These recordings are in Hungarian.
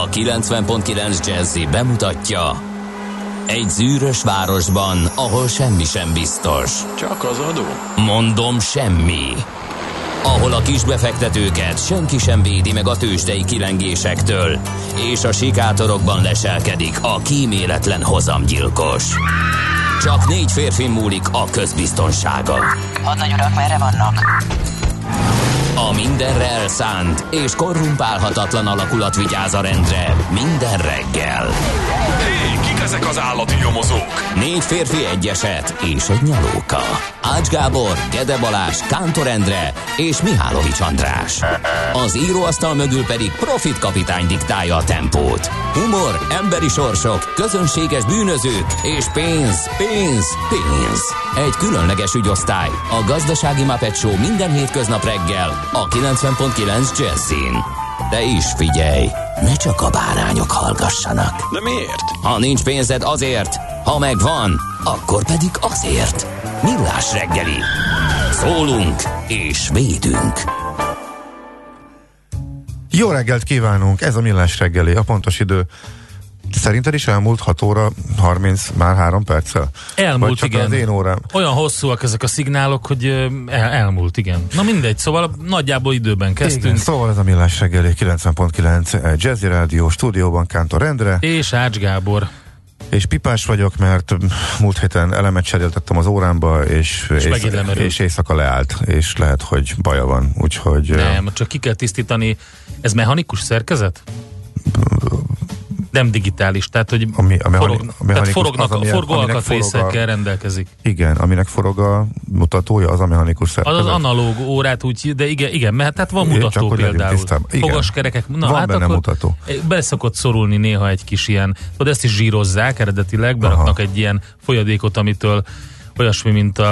A 90.9 Jazzy bemutatja: egy zűrös városban, ahol semmi sem biztos. Csak az adó? Mondom, semmi. Ahol a kisbefektetőket senki sem védi meg a tőzsdei kilengésektől, és a sikátorokban leselkedik a kíméletlen hozamgyilkos. Csak 4 férfi múlik a közbiztonsága. Hadnagy urak, merre vannak? A mindenre elszánt és korrumpálhatatlan alakulat vigyáz a rendre minden reggel. Hé, kik ezek az állati nyomozók? 4 férfi, egy eset és egy nyalóka. Ács Gábor, Gede Balázs, Kántor Endre és Mihálovics András. Az íróasztal mögül pedig Profit kapitány diktálja a tempót. Humor, emberi sorsok, közönséges bűnözők és pénz, pénz, pénz. Egy különleges ügyosztály, a Gazdasági Muppet Show minden hétköznap reggel a 90.9 Jazzyn. De is figyelj, ne csak a bárányok hallgassanak. De miért? Ha nincs pénzed, azért, ha megvan, akkor pedig azért. Millás reggeli. Szólunk és védünk. Jó reggelt kívánunk, ez a Millás reggeli, a pontos idő. Szerinted is elmúlt 6 óra 30, már 3 perccel? Elmúlt, csak igen. Az én órám. Olyan hosszúak ezek a szignálok, hogy elmúlt, igen. Na mindegy, szóval nagyjából időben kezdtünk. Igen, szóval ez a Millás reggeli 90.9 Jazzy Rádió stúdióban Kántor Endre. És Ács Gábor. És pipás vagyok, mert múlt héten elemet cseréltettem az órámba, és éjszaka leállt, és lehet, hogy baja van, úgyhogy... Nem, csak ki kell tisztítani. Ez mechanikus szerkezet? Nem digitális, tehát hogy forognak, a forgó alkatrészekkel rendelkezik. Igen, aminek forog a mutatója, az a mechanikus szerkezet. Az analóg órát úgy, de igen, mert hát van mutató például. Fogaskerekek. Na, van hát benne mutató. Bele szokott szorulni néha egy kis ilyen, tudod, ezt is zsírozzák eredetileg, beraknak egy ilyen folyadékot, amitől olyasmi,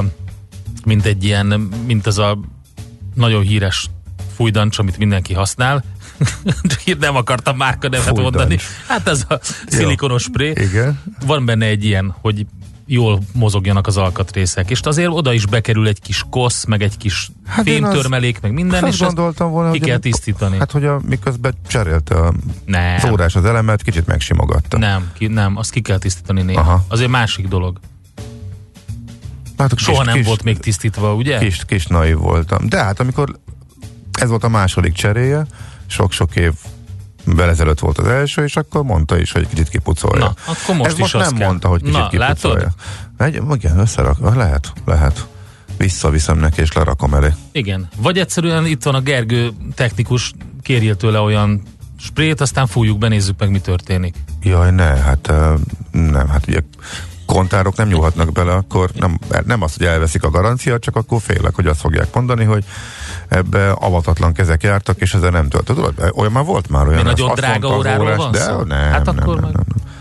mint az a nagyon híres fújdancs, amit mindenki használ. Nem akartam márkanevet mondani. Hát ez a szilikonos spré. Igen. Van benne egy ilyen, hogy jól mozogjanak az alkatrészek, és azért oda is bekerül egy kis kosz, meg egy kis fémtörmelék, meg minden, és volna, ki kell tisztítani. Hát, hogy miközben cserélte az órás az elemet, kicsit megsimogatta. Nem, azt ki kell tisztítani néha. Aha. Azért másik dolog. Hát, soha nem volt még tisztítva, ugye? Kis naív voltam. De hát amikor ez volt a második cseréje, sok-sok évvel ezelőtt volt az első, és akkor mondta is, hogy kicsit kipucolja. Na, akkor most ez is most nem kell. mondta, hogy kicsit kipucolja. Igen, összerak. Lehet. Visszaviszem neki, és lerakom elé. Igen. Vagy egyszerűen itt van a Gergő technikus, kérjél tőle olyan sprét, aztán fújjuk, benézzük meg, mi történik. Jaj, hát ugye kontárok nem nyúlhatnak bele, akkor nem az, hogy elveszik a garanciát, csak akkor félek, hogy azt fogják mondani, hogy ebbe avatatlan kezek jártak, és ezzel nem töltött. Olyan már volt már olyan. Mi nagyon drága óráról van szó? Nem.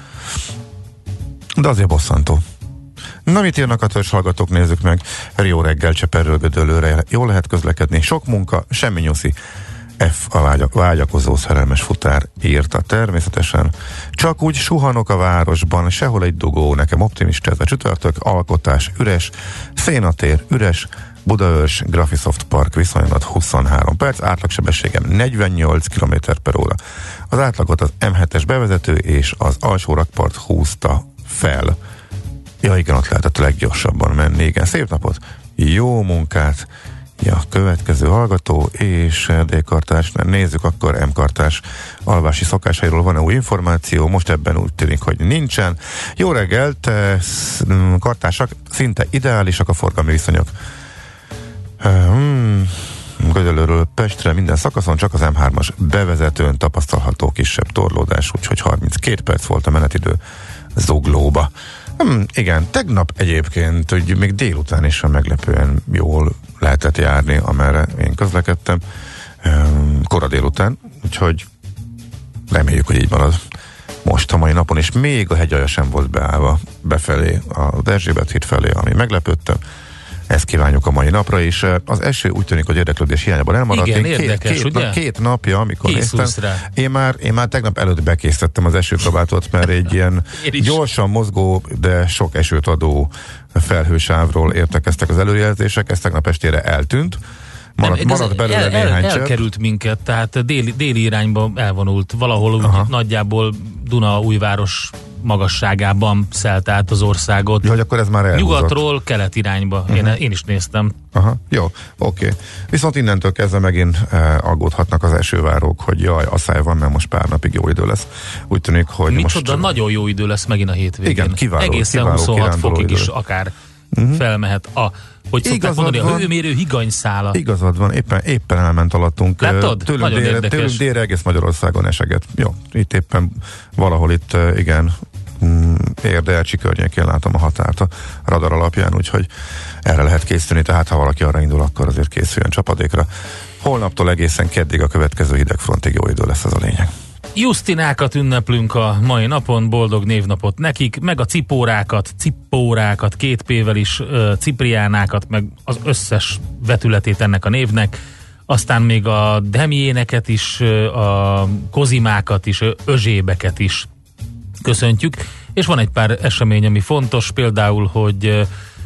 De azért bosszantó. Na, mit írnak a törzs hallgatók, nézzük meg. Jó reggel, Cseperről Gödöllőre. Jól lehet közlekedni. Sok munka, semmi nyuszi. F a vágyakozó szerelmes futár írta. Természetesen csak úgy suhanok a városban, sehol egy dugó, nekem optimista ez a csütörtök, alkotás üres, Szénatér üres, Budaörs, Graphisoft Park viszonylag 23 perc, átlagsebességem 48 km/h. Az átlagot az M7-es bevezető és az alsó rakpart húzta fel. Ja, igen, ott lehetett a leggyorsabban menni. Igen, szép napot, jó munkát. Ja, következő hallgató és D-kartás, nézzük akkor M-kartás alvási szokásairól van-e új információ, most ebben úgy tűnik, hogy nincsen. Jó reggelt, kartársak, szinte ideálisak a forgalmi viszonyok. Gödöllőről Pestre minden szakaszon csak az M3-as bevezetőn tapasztalható kisebb torlódás, úgyhogy 32 perc volt a menetidő Zuglóba. Igen, tegnap egyébként, hogy még délután is meglepően jól lehetett járni, amerre én közlekedtem, kora délután, úgyhogy reméljük, hogy így marad most a mai napon, és még a hegyalja sem volt beállva befelé, az Erzsébet híd felé, ami meglepődtem. Ezt kívánjuk a mai napra is. Az eső úgy tűnik, hogy érdeklődés hiányában elmaradt. Igen, érdekes, ugye? Két napja, amikor készülsz néztem. Én már tegnap előtt bekészítettem az esőkabátot, mert egy ilyen gyorsan mozgó, de sok esőt adó felhősávról értekeztek az előjelzések. Ez tegnap estére eltűnt. Marad belőle néhány csepp. Elkerült minket, tehát déli irányba elvonult. Valahol úgy nagyjából Dunaújváros magasságában szelt át az országot. Jó, hogy akkor ez már elhúzott. Nyugatról kelet irányba. Én is néztem. Aha, jó, oké. Viszont innentől kezdve megint aggódhatnak az esővárók, hogy jaj, asszály van, mert most pár napig jó idő lesz. Úgy tűnik, hogy micsoda, nagyon jó idő lesz megint a hétvégén. Igen, kiváló. Egészen kiváló 26 fokig is akár felmehet hogy szokták mondani, a hőmérő higanyszála. Igazad van, éppen elment alattunk. Látod? Tőlünk délre egész Magyarországon eseget. Jó, itt éppen valahol itt, igen, Érde-Ercsi környékén látom a határt a radar alapján, úgyhogy erre lehet készülni, tehát ha valaki arra indul, akkor azért készüljön csapadékra. Holnaptól egészen keddig a következő hidegfrontig jó idő lesz, ez a lényeg. Jusztinákat ünneplünk a mai napon, boldog névnapot nekik, meg a cippórákat 2P-vel is, cipriánákat, meg az összes vetületét ennek a névnek, aztán még a demjéneket is, a kozimákat is, özsébeket is köszöntjük, és van egy pár esemény, ami fontos, például, hogy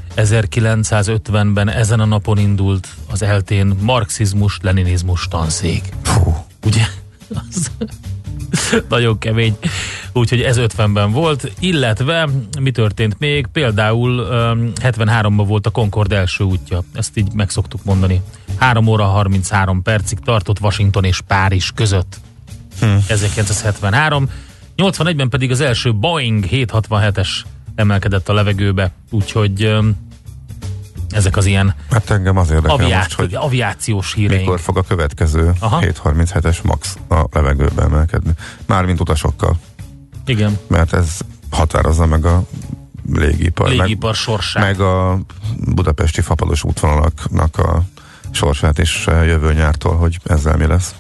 1950-ben ezen a napon indult az eltén marxizmus-leninizmus tanszék. Ugye? Az nagyon kemény. Úgyhogy ez 50-ben volt, illetve mi történt még? Például 73-ban volt a Concorde első útja, ezt így meg szoktuk mondani. 3 óra 33 percig tartott Washington és Párizs között. 1973. 81-ben pedig az első Boeing 767-es emelkedett a levegőbe, úgyhogy ezek az ilyen engem az érdekel most, hogy aviációs híreink. Mikor fog a következő 737-es MAX a levegőbe emelkedni. Mármint utasokkal. Igen. Mert ez határozza meg a légipar sorsát. Meg a budapesti fapados útvonalaknak a sorsát is jövő nyártól, hogy ezzel mi lesz.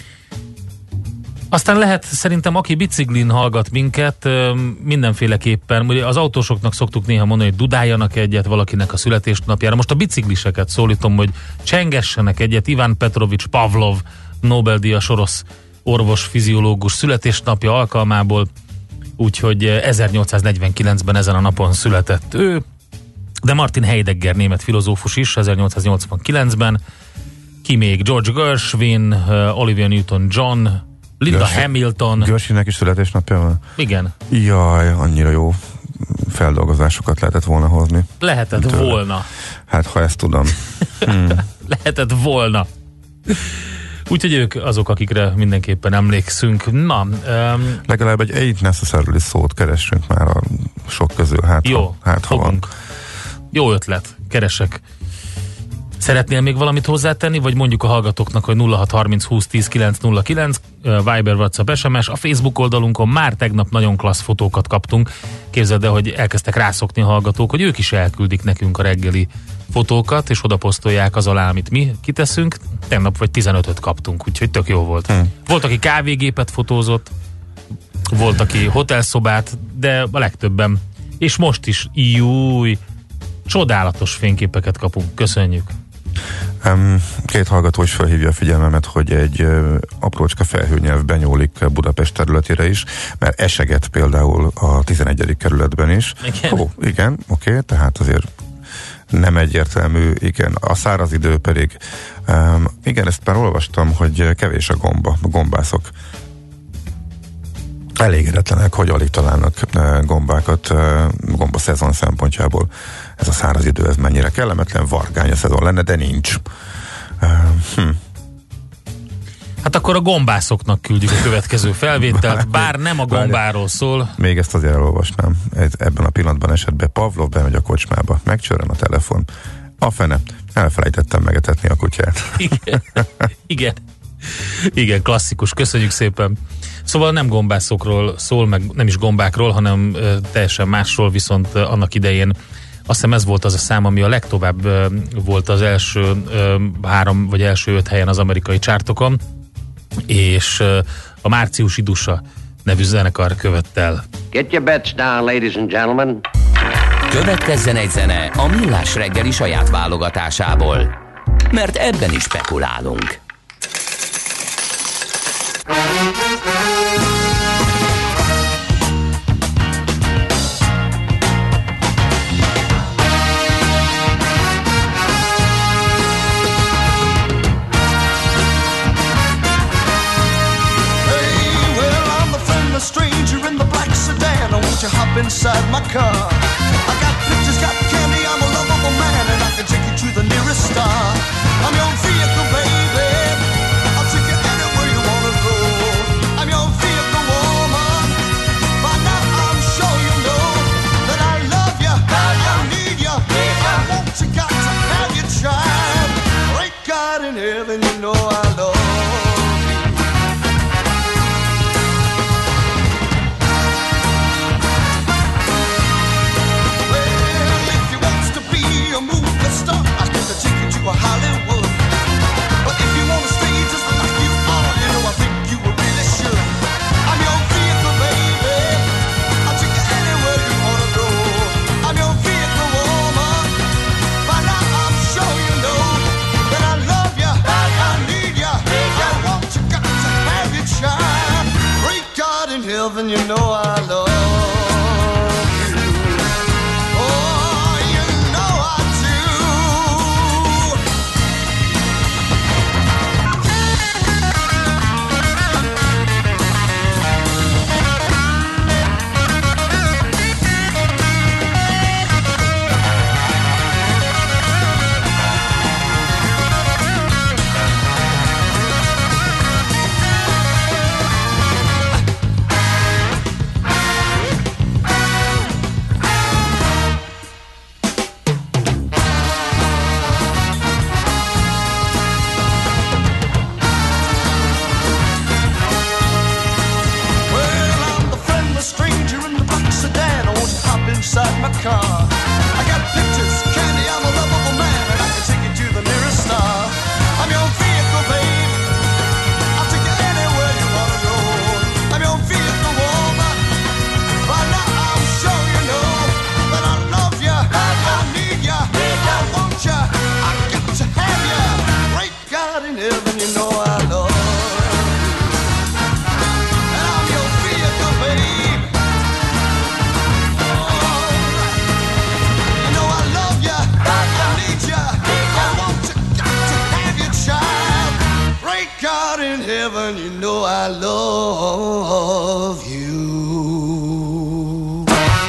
Aztán lehet szerintem, aki biciklin hallgat minket, mindenféleképpen, az autósoknak szoktuk néha mondani, hogy dudáljanak egyet valakinek a születésnapjára. Most a bicikliseket szólítom, hogy csengessenek egyet. Iván Petrovics Pavlov, Nobel-díjas orosz orvos, fiziológus születésnapja alkalmából, úgyhogy 1849-ben ezen a napon született ő, de Martin Heidegger német filozófus is 1889-ben, ki még George Gershwin, Olivia Newton-John, Linda Hamilton. Gershwinnek is születésnapja van? Igen. Jaj, annyira jó feldolgozásokat lehetett volna hozni. Lehetett volna. Hát, ha ezt tudom. Lehetett volna. Úgyhogy ők azok, akikre mindenképpen emlékszünk. Na. Legalább egy ain't necessarily szót keressünk már a sok közül. Jó, fogunk. Jó ötlet, keresek. Szeretnél még valamit hozzátenni, vagy mondjuk a hallgatóknak, hogy 0630 20 10 909, Viber, WhatsApp, SMS, a Facebook oldalunkon már tegnap nagyon klassz fotókat kaptunk. Képzeld el, hogy elkezdtek rászokni a hallgatók, hogy ők is elküldik nekünk a reggeli fotókat, és oda posztolják az alá, amit mi kiteszünk. Tegnap vagy 15-öt kaptunk, úgyhogy tök jó volt. Volt, aki kávégépet fotózott, volt, aki hotelszobát, de a legtöbben. És most is, csodálatos fényképeket kapunk. Köszönjük. Két hallgató is felhívja a figyelmemet, hogy egy aprócska felhőnyelv benyúlik Budapest területére is, mert eseget például a 11. kerületben is. Igen? Igen, oké, tehát azért nem egyértelmű, igen. A száraz idő pedig, igen, ezt már olvastam, hogy kevés a gombászok. Elégedetlenek, hogy alig találnak gombákat gomba szezon szempontjából. Ez a száraz idő, ez mennyire kellemetlen, vargány a szezon lenne, de nincs. Hát akkor a gombászoknak küldjük a következő felvételt, bár nem a gombáról szól. Még ezt azért elolvasnám. Ebben a pillanatban esetben Pavlov bemegy a kocsmába, megcsörren a telefon. A fene, elfelejtettem megetetni a kutyát. Igen, klasszikus, köszönjük szépen. Szóval nem gombászokról szól, meg nem is gombákról, hanem teljesen másról, viszont annak idején azt hiszem ez volt az a szám, ami a legtovább volt az első 3 vagy első 5 helyen az amerikai csártokon, és a Márciusi Dusa nevű zenekar követte el. Get your bets down, ladies and gentlemen. Következzen egy zene a Millás reggeli saját válogatásából, mert ebben is spekulálunk. won't you hop inside my car? I got pictures, got candy, I'm a lovable man, and I can take you to the nearest star. I'm your vehicle, baby. I'll take you anywhere you wanna go. I'm your vehicle, woman. By now I'm sure you know that I love you, I need you, I want you, got to have your child. Great God in heaven, you know I love you. Hollywood. But if you wanna stay just like you are, you know I think you really should. I'm your vehicle, baby. I'll take you anywhere you wanna go. I'm your vehicle, woman. By now I'm sure you know that I love you, I need you, I want you, got to have your child. Great God in heaven, you know I love you. Inside my car, I got pictures, candy, I'm a lovable man, and I can take you to the nearest star. I'm your vehicle, babe. I'll take you anywhere you wanna go. I'm your vehicle, woman. By now I'm sure you know that I love you, I need you, I want you, I got to have you. Great God in heaven, you know I love you. And I'm your vehicle, babe. God in heaven, you know I love you.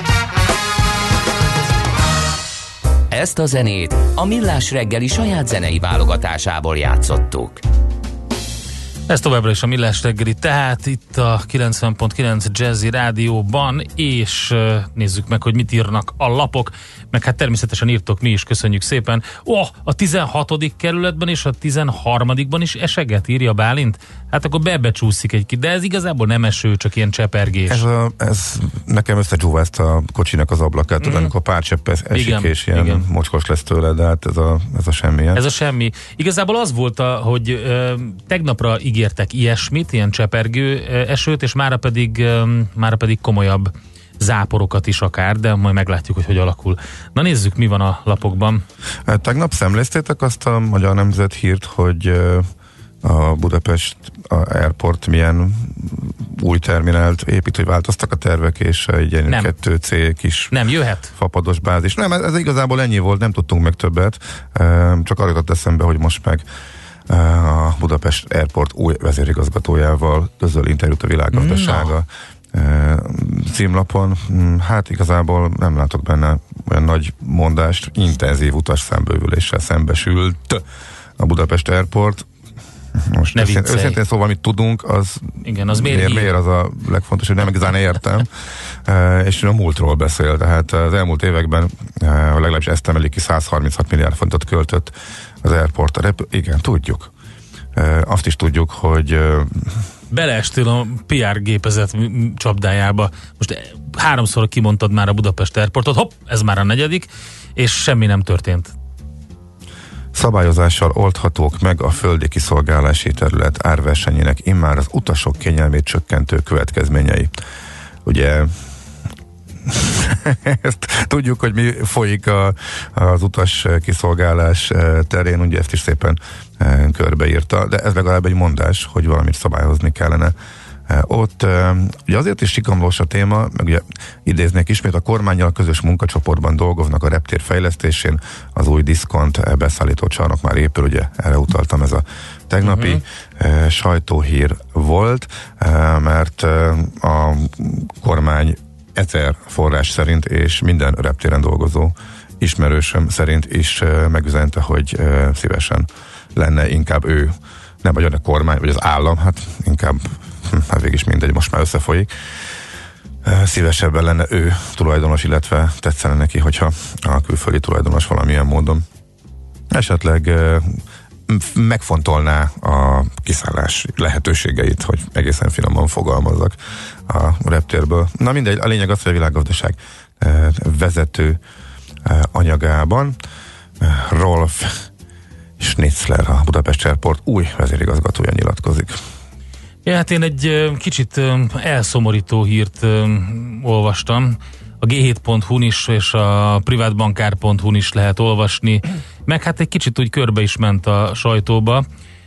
Ezt a zenét a Millás reggeli saját zenei válogatásából játszottuk. Ez továbbra is a Millás reggeli, tehát itt a 90.9 Jazzy Rádióban, és nézzük meg, hogy mit írnak a lapok, meg hát természetesen írtok mi is, köszönjük szépen. A 16. kerületben és a 13. is eseget, írja Bálint? Hát akkor bebecsúszik egy de ez igazából nem eső, csak ilyen csepergés. Ez nekem összecsúvázt a kocsinak az ablakát, amikor pár csepp esik, igen, és ilyen igen, mocskos lesz tőle, de hát ez a semmi. Ez a semmi. Igazából az volt, hogy tegnapra ígértek ilyesmit, ilyen csepergő esőt, és mára pedig komolyabb záporokat is akár, de majd meglátjuk, hogy alakul. Na nézzük, mi van a lapokban. Tegnap szemléztétek azt a Magyar Nemzet hírt, hogy a Budapest Airport milyen új terminált épít, hogy változtak a tervek, és egy ilyen 2C kis nem jöhet fapados bázis. Nem, ez igazából ennyi volt, nem tudtunk meg többet, csak arra jutott eszembe, hogy most meg a Budapest Airport új vezérigazgatójával közöl interjút a Világgazdasága címlapon. Hát igazából nem látok benne olyan nagy mondást, intenzív utasszámbővüléssel szembesült a Budapest Airport. Most őszintén szóval, amit tudunk, az, igen, az miért az a legfontosabb, hogy nem igazán értem, és a múltról beszél, tehát az elmúlt években legalábbis ezt emelik ki, 136 milliárd fontot költött az Airport. Igen, tudjuk. Azt is tudjuk, hogy beleestél a PR gépezet csapdájába. Most 3-szor kimondtad már a Budapest Airportot, hopp, ez már a 4., és semmi nem történt. Szabályozással oldhatók meg a földi kiszolgálási terület árversenyének immár az utasok kényelmét csökkentő következményei. Ugye ezt tudjuk, hogy mi folyik az utas kiszolgálás terén, ugye ezt is szépen körbeírta, de ez legalább egy mondás, hogy valamit szabályozni kellene. Ott ugye azért is sikamlós a téma, meg ugye idéznék ismét, a kormánnyal közös munkacsoportban dolgoznak a reptér fejlesztésén, az új diszkont beszállító csarnok már épül, ugye erre utaltam, ez a tegnapi sajtóhír volt, mert a kormány 1000 forrás szerint, és minden reptéren dolgozó ismerősöm szerint is megüzente, hogy szívesen lenne inkább ő, nem vagy a kormány, vagy az állam, hát inkább, hát végig is mindegy, most már összefolyik. Szívesebben lenne ő tulajdonos, illetve tetszene neki, hogyha a külföldi tulajdonos valamilyen módon esetleg megfontolná a kiszállás lehetőségeit, hogy egészen finoman fogalmazzak a reptérből. Na mindegy, a lényeg az, hogy a világgazdaság vezető anyagában Rolf Schnitzler, a Budapest Airport új vezérigazgatója nyilatkozik. Ja, hát én egy kicsit elszomorító hírt olvastam. A G7.hu-n is és a privatbankár.hu-n is lehet olvasni, meg hát egy kicsit úgy körbe is ment a sajtóba.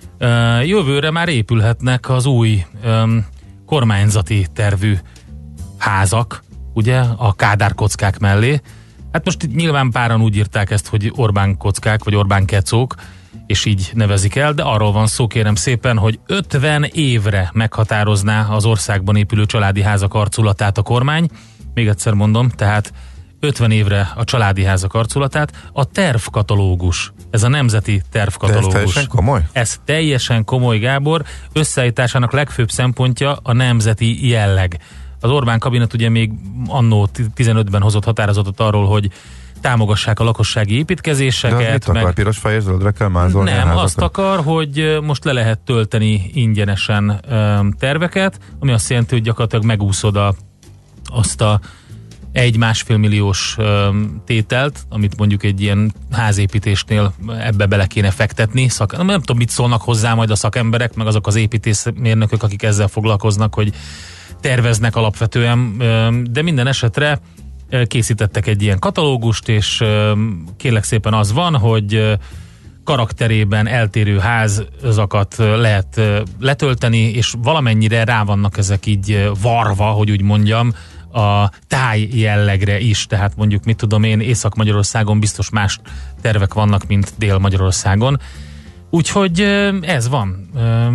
Jövőre már épülhetnek az új kormányzati tervű házak, ugye, a Kádár kockák mellé. Hát most nyilván páran úgy írták ezt, hogy Orbán kockák, vagy Orbán kecók, és így nevezik el, de arról van szó, kérem szépen, hogy 50 évre meghatározná az országban épülő családi házak arculatát a kormány. Még egyszer mondom, tehát 50 évre a családi házak arculatát. A tervkatalógus, ez a nemzeti tervkatalógus. De ez teljesen komoly? Ez teljesen komoly, Gábor. Összeállításának legfőbb szempontja a nemzeti jelleg. Az Orbán kabinet ugye még annó 15-ben hozott határozatot arról, hogy támogassák a lakossági építkezéseket. De mit akar? Piros, fehér, zöldre kell mázolni? Nem, azt akar, hogy most le lehet tölteni ingyenesen terveket, ami azt jelenti, hogy gyakorlatilag megúszod azt a 1-1,5 milliós tételt, amit mondjuk egy ilyen házépítésnél ebbe bele kéne fektetni. Nem tudom, mit szólnak hozzá majd a szakemberek, meg azok az építészmérnökök, akik ezzel foglalkoznak, hogy terveznek alapvetően, de minden esetre készítettek egy ilyen katalógust, és kérlek szépen az van, hogy karakterében eltérő házakat lehet letölteni, és valamennyire rá vannak ezek így varva, hogy úgy mondjam, a táj jellegre is, tehát mondjuk, mit tudom én, Észak-Magyarországon biztos más tervek vannak, mint Dél-Magyarországon. Úgyhogy ez van.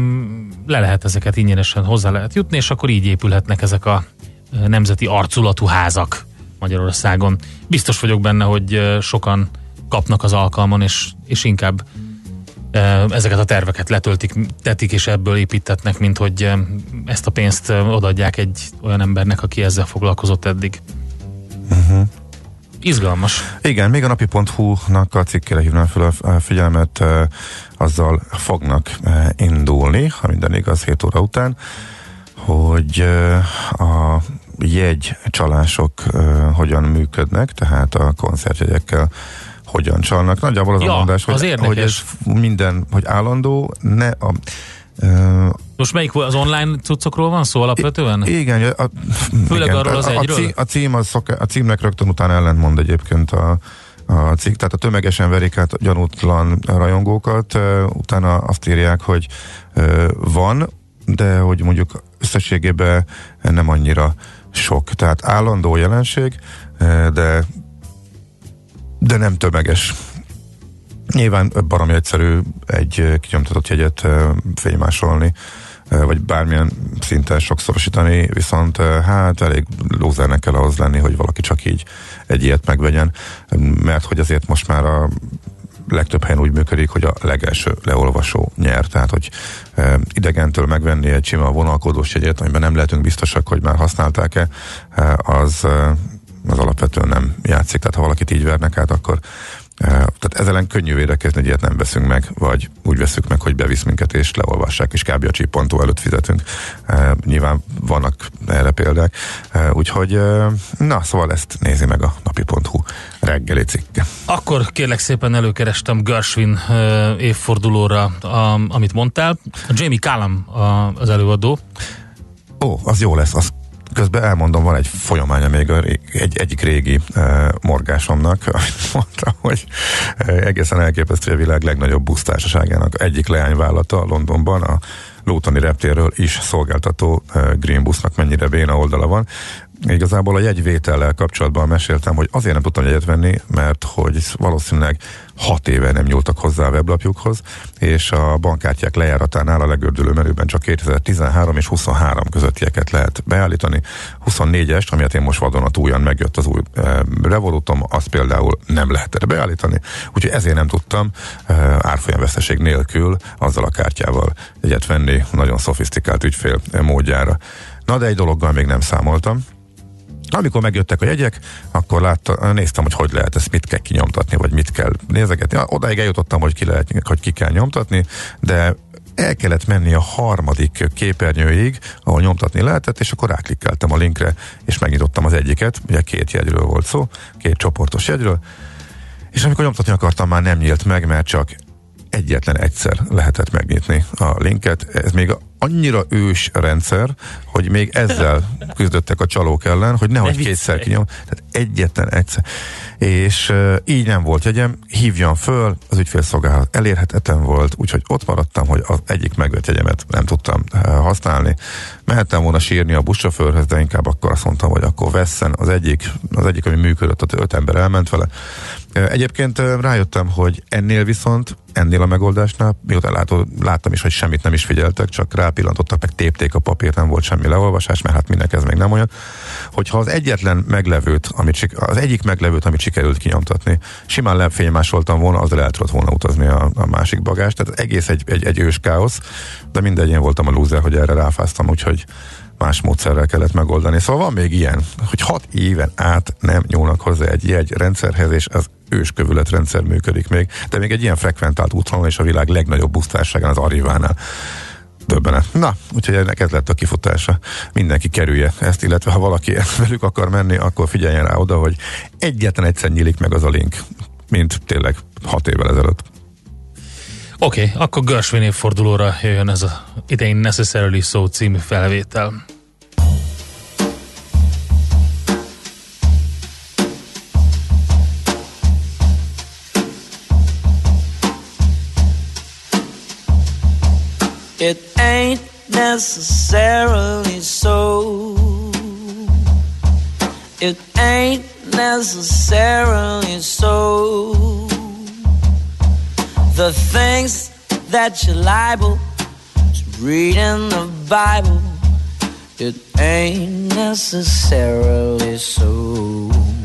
Le lehet ezeket ingyenesen hozzá lehet jutni, és akkor így épülhetnek ezek a nemzeti arculatú házak Magyarországon. Biztos vagyok benne, hogy sokan kapnak az alkalmon, és inkább ezeket a terveket letöltik, és ebből építetnek, mint hogy ezt a pénzt odaadják egy olyan embernek, aki ezzel foglalkozott eddig. Izgalmas. Igen, még a napi.hu-nak a cikkére hívnám fel a figyelmet, azzal fognak indulni, ha minden igaz, 7 óra után, hogy a jegycsalások hogyan működnek, tehát a koncertjegyekkel hogyan csalnak. Nagyjából az a mondás, hogy ez minden, hogy állandó, ne a... Most melyik az online cuccokról van szó alapvetően? Igen. Főleg igen, arról az egyről? A címnek rögtön utána ellentmond egyébként a cikk, tehát a tömegesen verik át gyanútlan rajongókat, utána azt írják, hogy van, de hogy mondjuk összességében nem annyira sok. Tehát állandó jelenség, de nem tömeges. Nyilván baromi egyszerű egy kinyomtatott jegyet fénymásolni, vagy bármilyen szinten sokszorosítani, viszont hát elég lózernek kell ahhoz lenni, hogy valaki csak így egy ilyet megvegyen, mert hogy azért most már a legtöbb helyen úgy működik, hogy a legelső leolvasó nyer, tehát hogy idegentől megvenni egy sima vonalkódós jegyet, amiben nem lehetünk biztosak, hogy már használták-e, az alapvetően nem játszik, tehát ha valakit így vernek át, akkor tehát ezzel ellen könnyű védekezni, hogy ilyet nem veszünk meg, vagy úgy veszük meg, hogy bevisz minket és leolvassák, és kb. A csíppontó előtt fizetünk. Nyilván vannak erre példák. Úgyhogy na, szóval ezt nézi meg a napi.hu reggeli cikke. Akkor kérlek szépen előkerestem Gershwin évfordulóra, amit mondtál. A Jamie Cullum az előadó. Ó, az jó lesz, az közben elmondom, van egy folyamánya még egyik régi morgásomnak, amit mondtam, hogy egészen elképesztő, a világ legnagyobb busztársaságának egyik leányvállalata Londonban, a Lutoni reptérről is szolgáltató Green Busnak mennyire béna oldala van. Igazából a jegyvétellel kapcsolatban meséltem, hogy azért nem tudtam jegyet venni, mert hogy valószínűleg 6 éve nem nyúltak hozzá a weblapjukhoz, és a bankkártyák lejáratánál a legördülő menüben csak 2013 és 23 közöttieket lehet beállítani. 24-est, amiért én most vadonatújan megjött az új Revolutom, azt például nem lehetett beállítani, úgyhogy ezért nem tudtam árfolyamveszteség nélkül azzal a kártyával egyet venni nagyon szofisztikált ügyfél módjára. Na de egy dologgal még nem számoltam. Amikor megjöttek a jegyek, akkor néztem, hogy lehet ezt, mit kell kinyomtatni, vagy mit kell nézegetni. Odáig eljutottam, hogy ki kell nyomtatni, de el kellett menni a harmadik képernyőig, ahol nyomtatni lehetett, és akkor ráklikkeltem a linkre, és megnyitottam az egyiket, ugye 2 jegyről volt szó, 2 csoportos jegyről, és amikor nyomtatni akartam, már nem nyílt meg, mert csak egyetlen egyszer lehetett megnyitni a linket. Ez még annyira ős rendszer, hogy még ezzel küzdöttek a csalók ellen, hogy nehogy kétszer kinyom, tehát egyetlen egyszer. És így nem volt jegyem, hívjam föl, az ügyfélszolgálat elérhetetlen volt, úgyhogy ott maradtam, hogy az egyik megvett jegyemet nem tudtam használni. Mehettem volna sírni a buszsofőrhöz, de inkább akkor azt mondtam, hogy akkor vesszen az egyik, ami működött, az 5 ember elment vele. Egyébként rájöttem, hogy ennél a megoldásnál, miután láttam is, hogy semmit nem is figyeltek, csak rápillantottak, meg tépték a papírt, nem volt semmi leolvasás, mert hát mindenki ez még nem olyan. Hogyha az egyik meglevőt, amit sikerült kinyomtatni, simán lefénymásoltam volna, azzal el tudott volna utazni a másik bagást, tehát egész egy ős káosz, de mindegy, én voltam a lúzer, hogy erre ráfáztam, úgyhogy más módszerrel kellett megoldani. Szóval van még ilyen, hogy 6 éven át nem nyúlnak hozzá egy jegyrendszerhez, és az őskövületrendszer működik még, de még egy ilyen frekventált útvonalon és a világ legnagyobb busztárságán, az Arrivánál. Döbbenet. Na, úgyhogy ennek ez lett a kifutása. Mindenki kerülje ezt, illetve ha valaki velük akar menni, akkor figyeljen rá oda, hogy egyetlen egyszer nyílik meg az a link, mint tényleg 6 évvel ezelőtt. Oké, akkor Gershwin évfordulóra jöjjön ez a It Ain't Necessarily So című felvétel. It ain't necessarily so. It ain't necessarily so. The things that you're liable to read in the Bible, it ain't necessarily so.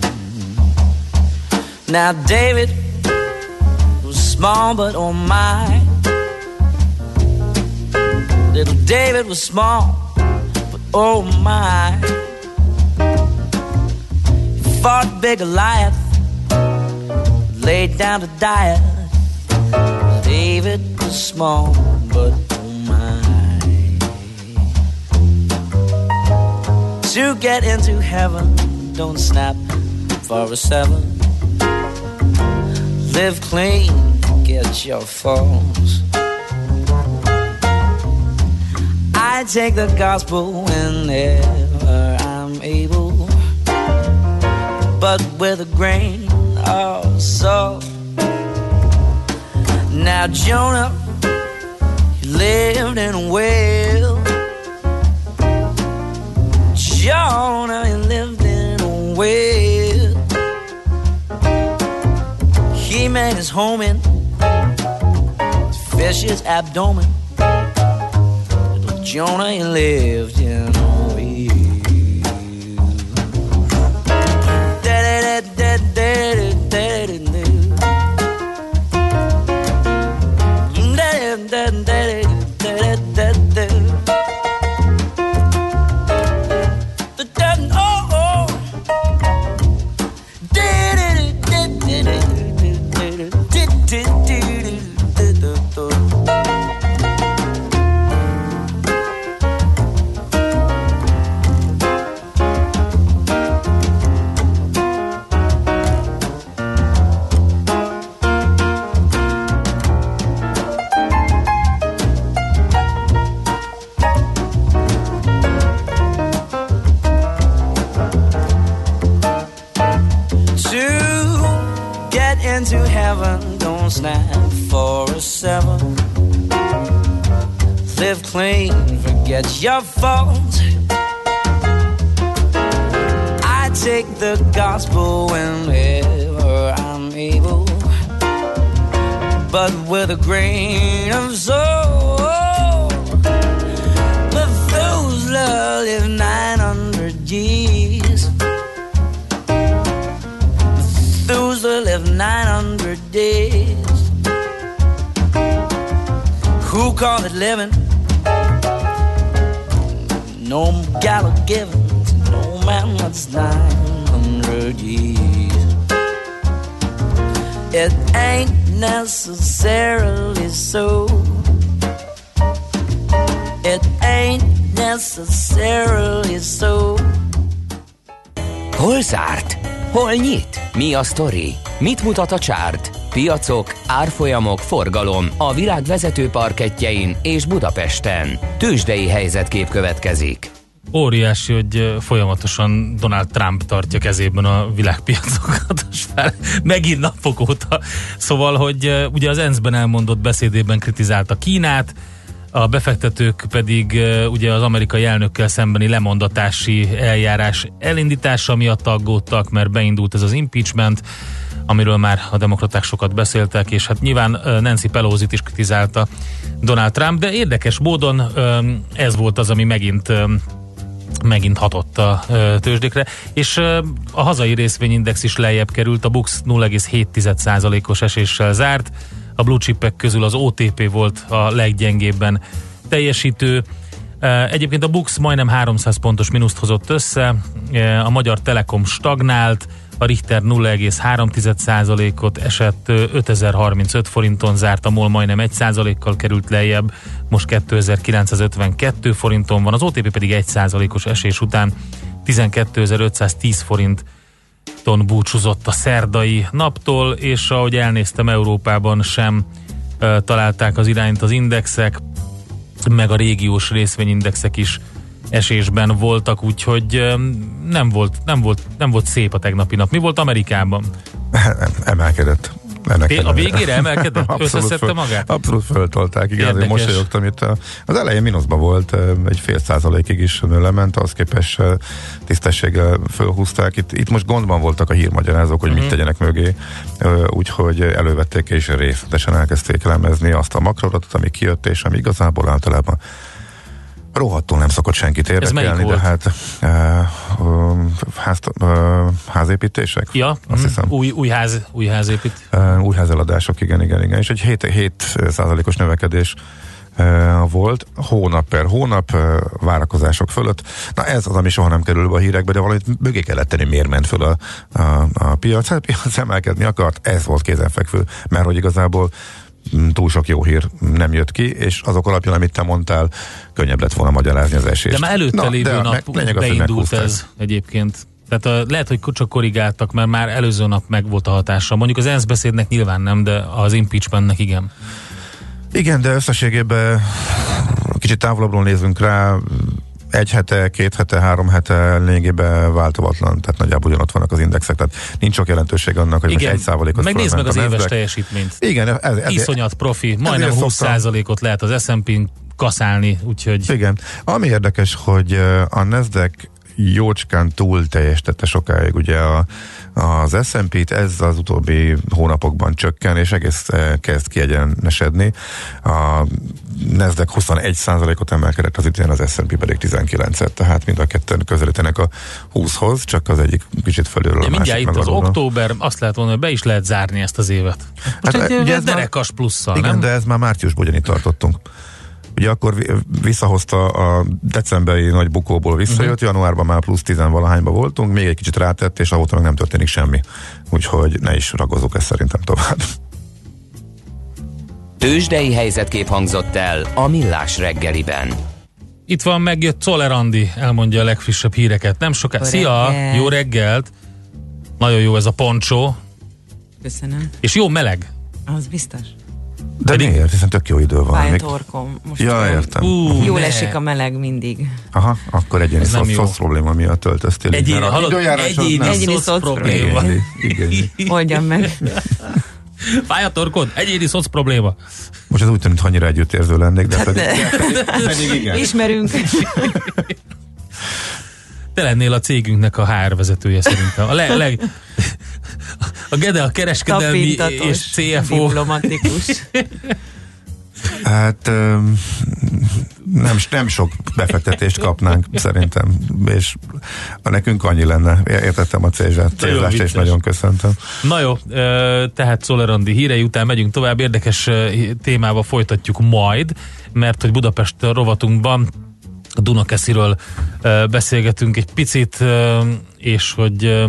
Now David was small, but oh my, little David was small, but oh my, he fought big Goliath, laid down to die. David was small, but oh my. To get into heaven, don't snap for a 7. Live clean, get your falls. I take the gospel whenever I'm able, but with a grain of salt. Now Jonah, he lived in a whale. Jonah, he lived in a whale. He made his home in his fish's abdomen. Little Jonah, he lived in a whale. Forget your fault. I take the gospel whenever I'm able, but with a grain of salt. Methuselah lived 900 years. Methuselah lived 900 days. Who called it living? No gala givens, no man that's 900 years. It ain't necessarily so. It ain't necessarily so. Hol zárt? Hol nyit? Mi a sztori? Mit mutat a csárt? Piacok, árfolyamok, forgalom a világ vezető parkettjein és Budapesten. Tőzsdei helyzetkép következik. Óriási, hogy folyamatosan Donald Trump tartja kezében a világpiacokat, megint napok óta. Szóval, hogy ugye az ENSZ-ben elmondott beszédében kritizálta Kínát, a befektetők pedig ugye az amerikai elnökkel szembeni lemondatási eljárás elindítása miatt aggódtak, mert beindult ez az impeachment, amiről már a demokraták sokat beszéltek, és hát nyilván Nancy Pelosit is kritizálta Donald Trump, de érdekes módon ez volt az, ami megint hatott a tőzsdékre, és a hazai részvényindex is lejjebb került, a BUX 0,7%-os eséssel zárt, a blue chipek közül az OTP volt a leggyengébben teljesítő. Egyébként a BUX majdnem 300 pontos mínuszt hozott össze, a Magyar Telekom stagnált, a Richter 0,3%-ot esett, 5035 forinton zárt, a MOL majdnem 1%-kal került lejjebb, most 2952 forinton van, az OTP pedig 1%-os esés után 12510 forinton búcsúzott a szerdai naptól, és ahogy elnéztem, Európában sem találták az irányt az indexek, meg a régiós részvényindexek is esésben voltak, úgyhogy nem volt szép a tegnapi nap. Mi volt Amerikában? Emelkedett. A végére emelkedett? Összeszedte magát? Abszolút föltolták, igen, azért mosolyogtam. Itt az elején mínuszban volt, egy 0,5% is lement, az képest tisztességgel fölhúzták. Itt most gondban voltak a hírmagyarázók, hogy mit tegyenek mögé, úgyhogy elővették és részletesen elkezdték elemezni azt a makroadatot, ami kijött, és ami igazából általában rohadtul nem szokott senkit érdekelni, de hát házépítések? Ja, azt hiszem. Új házépít. Új házeladások, igen. És egy 7%-os növekedés volt hónap per hónap várakozások fölött. Na ez az, ami soha nem kerül be a hírekbe, de valamit mögé kellett tenni, miért ment föl a piac. Hát a piac emelkedni akart, ez volt kézenfekvő, mert hogy igazából túl sok jó hír nem jött ki, és azok alapján, amit te mondtál, könnyebb lett volna magyarázni az esést. De már előtte lévő nap beindult ez egyébként. Tehát lehet, hogy csak korrigáltak, mert már előző nap meg volt a hatása. Mondjuk az ENSZ beszédnek nyilván nem, de az impeachmentnek igen. Igen, de összességében kicsit távolabbról nézünk rá, 1 hete, 2 hete, 3 hete lényegében változatlan, tehát nagyjából ugyanott vannak az indexek, tehát nincs sok jelentőség annak, hogy igen, most 1%-ot megnézd meg az éves teljesítményt. Igen, iszonyat profi, majdnem 20%-ot lehet az S&P-n kaszálni, úgyhogy... Igen, ami érdekes, hogy a Nasdaq jócskán túl teljesítette sokáig, ugye az S&P-t ez az utóbbi hónapokban csökken, és egész kezd kiegyenesedni. A Nasdaq 21%-ot emelkedett az idén, az S&P pedig 19-et, tehát mind a ketten közelítenek a 20-hoz, csak az egyik kicsit fölülről a másik. Mindjárt itt az október, azt lehet mondani, hogy be is lehet zárni ezt az évet. Most hát, egy derekas plusszal, igen, nem? de ez már márciusban ugyanígy tartottunk. Ugye akkor visszahozta a decemberi nagy bukóból visszajött, januárban már plusz 10-valahányba voltunk, még egy kicsit rátett, és ahóta meg nem történik semmi. Úgyhogy ne is ragozzuk ezt szerintem tovább. Tőzsdei helyzetkép hangzott el a Millás reggeliben. Itt van, megjött Czoller Andi, elmondja a legfrissebb híreket. Nem soká. Szia! Jó reggelt! Nagyon jó ez a poncsó. Köszönöm. És jó meleg. Az biztos. De pedig miért? Hiszen tök jó idő van. Fáj a torkom. Most ja, értem. Jól esik a meleg mindig. Aha, akkor egyéni szoc probléma miatt töltöztél. Egyéni szoc probléma. Igen. Oldjam meg. Fáj a torkod? Egyéni szoc probléma. Most ez úgy tűnt, hogy annyira együttérző lennék, de pedig igen. Ismerünk. Te lennél a cégünknek a HR vezetője szerintem. A A Gede a kereskedelmi és CFO. Diplomatikus. Hát nem sok befektetést kapnánk szerintem, és nekünk annyi lenne. Értettem a célzást, és nagyon köszöntöm. Na jó, tehát Czoller Andi hírei után megyünk tovább, érdekes témával folytatjuk majd, mert hogy Budapest rovatunkban a Dunakesziről beszélgetünk egy picit, és hogy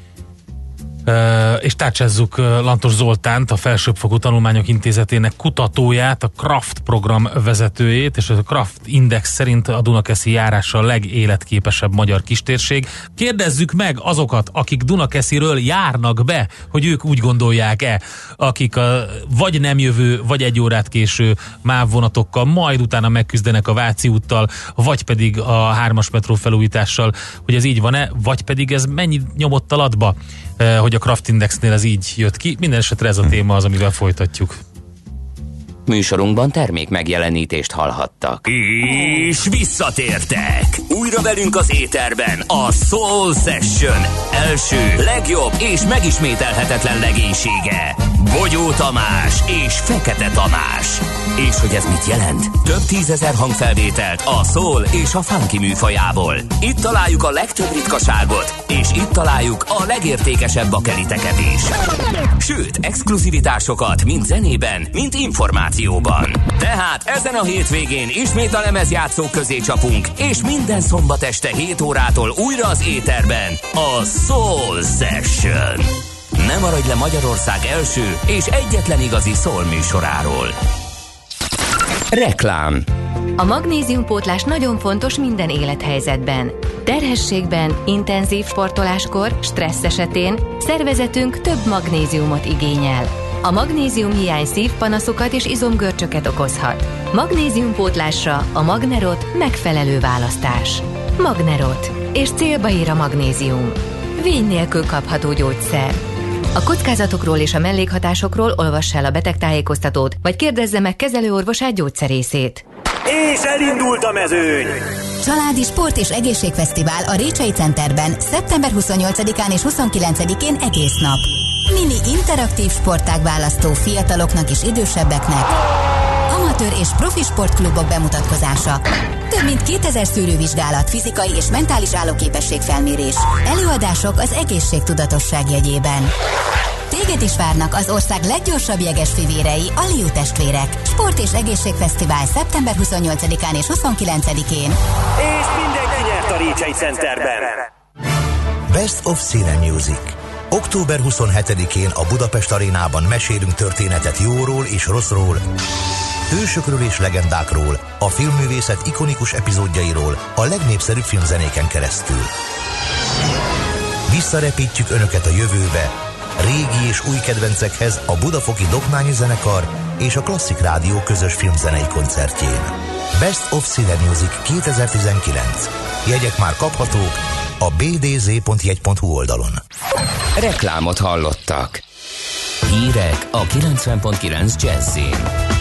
és tárcsázzuk Lantos Zoltánt, a Felsőbbfokú Tanulmányok Intézetének kutatóját, a Kraft program vezetőjét, és a Kraft Index szerint a Dunakeszi járása a legéletképesebb magyar kistérség. Kérdezzük meg azokat, akik Dunakesziről járnak be, hogy ők úgy gondolják-e, akik vagy nem jövő, vagy egy órát késő MÁV vonatokkal, majd utána megküzdenek a Váci úttal, vagy pedig a 3-as metró felújítással, hogy ez így van-e, vagy pedig ez mennyi nyomott alatba, hogy a Kraft Indexnél ez így jött ki. Minden esetre ez a téma az, amivel folytatjuk. Műsorunkban termék megjelenítést hallhattak. És visszatértek! Újra velünk az éterben a Soul Session első, legjobb és megismételhetetlen legénysége. Bogyó Tamás és Fekete Tamás. És hogy ez mit jelent? Több 10 000 hangfelvételt a soul és a funky műfajából. Itt találjuk a legtöbb ritkaságot, és itt találjuk a legértékesebb bakeliteket is. Sőt, exkluzivitásokat mind zenében, mind információban. Tehát ezen a hétvégén ismét a lemezjátszók közé csapunk, és minden szombat este 7 órától újra az éterben a Soul Session. Ne maradj le Magyarország első és egyetlen igazi soul műsoráról. Reklám. A magnéziumpótlás nagyon fontos minden élethelyzetben. Terhességben, intenzív sportoláskor, stressz esetén szervezetünk több magnéziumot igényel. A magnézium hiány szívpanaszokat és izomgörcsöket okozhat. Magnéziumpótlásra a Magnerot megfelelő választás. Magnerot. És célba ér a magnézium. Vény nélkül kapható gyógyszer. A kockázatokról és a mellékhatásokról olvass el a betegtájékoztatót, vagy kérdezze meg kezelőorvosát, gyógyszerészét. És elindult a mezőny! Családi Sport és Egészségfesztivál a Récsei Centerben szeptember 28-án és 29-én egész nap. Mini interaktív sportágválasztó fiataloknak és idősebbeknek, amatőr és profi sportklubok bemutatkozása, több mint 2000 szűrővizsgálat, fizikai és mentális állóképességfelmérés, előadások az egészségtudatosság jegyében. Téged is várnak az ország leggyorsabb jegesfivérei, a Liu testvérek. Sport és Egészségfesztivál szeptember 28-án és 29-én. És mindenki nyert a Récsei Centerben. Best of Cine Music. Október 27-én a Budapest Arénában mesélünk történetet jóról és rosszról, hősökről és legendákról, a filmművészet ikonikus epizódjairól, a legnépszerűbb filmzenéken keresztül. Visszarepítjük Önöket a jövőbe, régi és új kedvencekhez a Budafoki Doknányi Zenekar és a Klasszik Rádió közös filmzenei koncertjén. Best of Cine Music 2019. Jegyek már kaphatók a bdz.jegy.hu oldalon. Reklámot hallottak. Hírek a 90.9 Jazzin.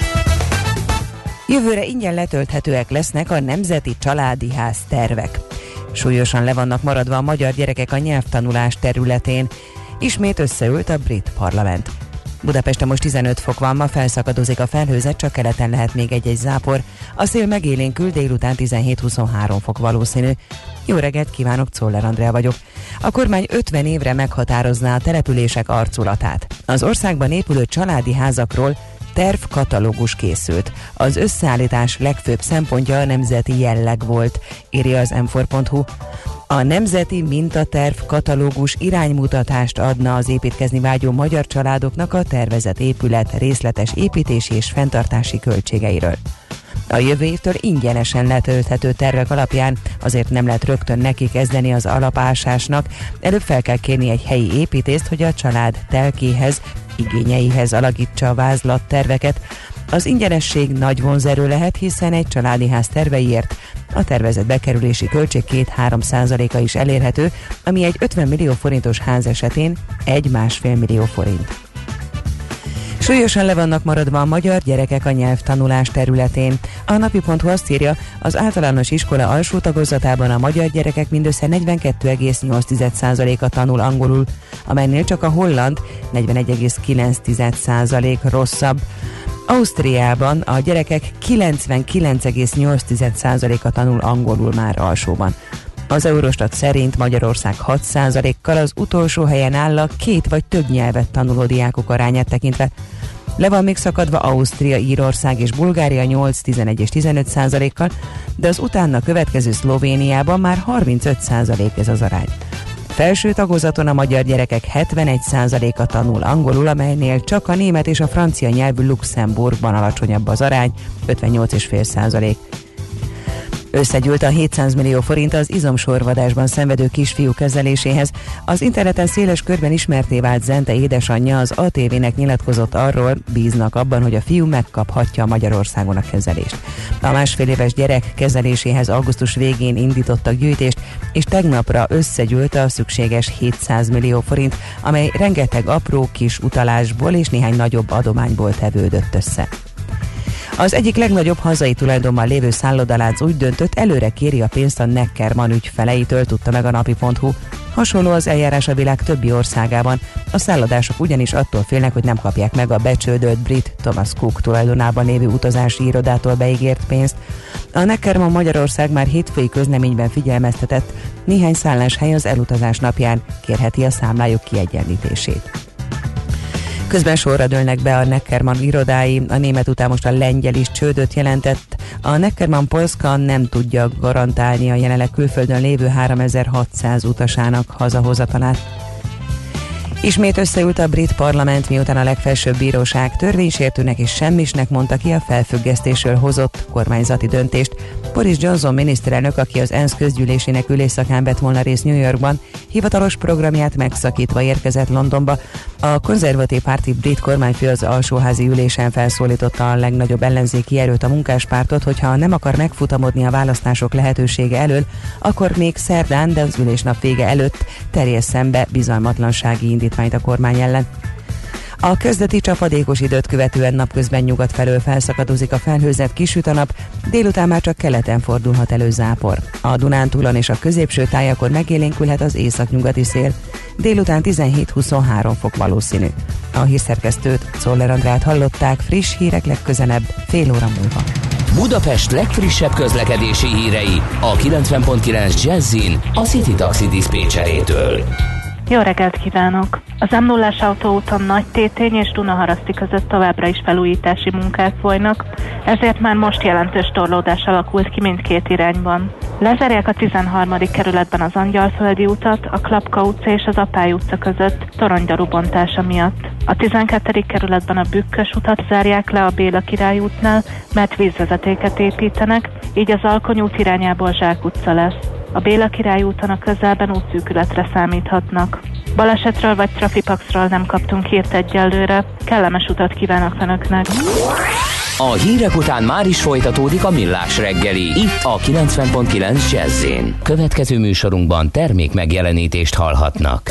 Jövőre ingyen letölthetőek lesznek a Nemzeti Családi Ház tervek. Súlyosan le vannak maradva a magyar gyerekek a nyelvtanulás területén. Ismét összeült a brit parlament. Budapesten most 15 fok van, ma felszakadozik a felhőzet, csak keleten lehet még egy-egy zápor. A szél megélénkül, délután 17-23 fok valószínű. Jó reggelt kívánok, Czoller Andrea vagyok. A kormány 50 évre meghatározná a települések arculatát. Az országban épülő családi házakról tervkatalógus készült. Az összeállítás legfőbb szempontja a nemzeti jelleg volt, írja az m4.hu. A nemzeti mintaterv katalógus iránymutatást adna az építkezni vágyó magyar családoknak a tervezett épület részletes építési és fenntartási költségeiről. A jövő évtől ingyenesen letölthető tervek alapján azért nem lehet rögtön neki kezdeni az alapásásnak, előbb fel kell kérni egy helyi építészt, hogy a család telkéhez, igényeihez alakítsa a vázlatterveket. Az ingyenesség nagy vonzerő lehet, hiszen egy családi ház terveiért a tervezett bekerülési költség 2-3%-a is elérhető, ami egy 50 millió forintos ház esetén 1,5 millió forint. Súlyosan le vannak maradva a magyar gyerekek a nyelvtanulás területén. A napi.hu azt írja, az általános iskola alsó tagozatában a magyar gyerekek mindössze 42,8%-a tanul angolul, amelynél csak a holland 41,9% rosszabb. Ausztriában a gyerekek 99,8%-a tanul angolul már alsóban. Az Eurostat szerint Magyarország 6%-kal az utolsó helyen áll a két vagy több nyelvet tanuló diákok arányát tekintve. Le van még szakadva Ausztria, Írország és Bulgária 8, 11 és 15%-kal, de az utána következő Szlovéniában már 35% ez az arány. Felső tagozaton a magyar gyerekek 71%-a tanul angolul, amelynél csak a német és a francia nyelvű Luxemburgban alacsonyabb az arány, 58,5%. Összegyűlt a 700 millió forint az izomsorvadásban szenvedő kisfiú kezeléséhez. Az interneten széles körben ismerté vált Zente édesanyja az ATV-nek nyilatkozott arról, bíznak abban, hogy a fiú megkaphatja Magyarországon a kezelést. A másfél éves gyerek kezeléséhez augusztus végén indítottak gyűjtést, és tegnapra összegyűlt a szükséges 700 millió forint, amely rengeteg apró kis utalásból és néhány nagyobb adományból tevődött össze. Az egyik legnagyobb hazai tulajdonban lévő szállodalánc úgy döntött, előre kéri a pénzt a Neckermann ügyfeleitől, tudta meg a napi.hu. Hasonló az eljárás a világ többi országában. A szállodások ugyanis attól félnek, hogy nem kapják meg a becsődölt brit Thomas Cook tulajdonában lévő utazási irodától beígért pénzt. A Neckermann Magyarország már hétfői közleményben figyelmeztetett, néhány szálláshely az elutazás napján kérheti a számlájuk kiegyenlítését. Közben sorra dőlnek be a Neckermann irodái, a német után most a lengyel is csődöt jelentett. A Neckermann Polska nem tudja garantálni a jelenleg külföldön lévő 3600 utasának hazahozatalát. Ismét összeült a brit parlament, miután a legfelsőbb bíróság törvénysértőnek és semmisnek mondta ki a felfüggesztésről hozott kormányzati döntést. Boris Johnson miniszterelnök, aki az ENSZ közgyűlésének ülésszakán vett volna részt New Yorkban, hivatalos programját megszakítva érkezett Londonba. A konzervatív párti brit kormányfő az alsóházi ülésen felszólította a legnagyobb ellenzéki erőt, a munkáspártot, hogyha nem akar megfutamodni a választások lehetősége elől, akkor még szerdán, de az ülésnap vége előtt terjesszen be bizalmatlansági indítványt a kormány ellen. A kezdeti csapadékos időt követően napközben nyugat felől felszakadozik a felhőzet, kisüt a nap, délután már csak keleten fordulhat elő zápor. A Dunántúlon és a középső tájakon megélénkülhet az északnyugati szél. Délután 17-23 fok valószínű. A hírszerkesztőt, Czoller Andrát hallották, friss hírek legközelebb, fél óra múlva. Budapest legfrissebb közlekedési hírei a 90.9 Jazzin a City Taxi diszpécserétől. Jó reggelt kívánok! Az M0-ás autóúton Nagytétény és Dunaharaszti között továbbra is felújítási munkák folynak, ezért már most jelentős torlódás alakult ki mindkét irányban. Lezárják a 13. kerületben az Angyalföldi utat, a Klapka utca és az Apály utca között toronydaru bontása miatt. A 12. kerületben a Bükkös utat zárják le a Béla Király útnál, mert vízvezetéket építenek, így az Alkony út irányából Zsák utca lesz. A Béla Király úton a közelben útszűkületre számíthatnak. Balesetről vagy trafipaxról nem kaptunk hírt egyelőre. Kellemes utat kívánok Önöknek! A hírek után már is folytatódik a Millás reggeli, itt a 90.9 Jazz-én. Következő műsorunkban termék megjelenítést hallhatnak.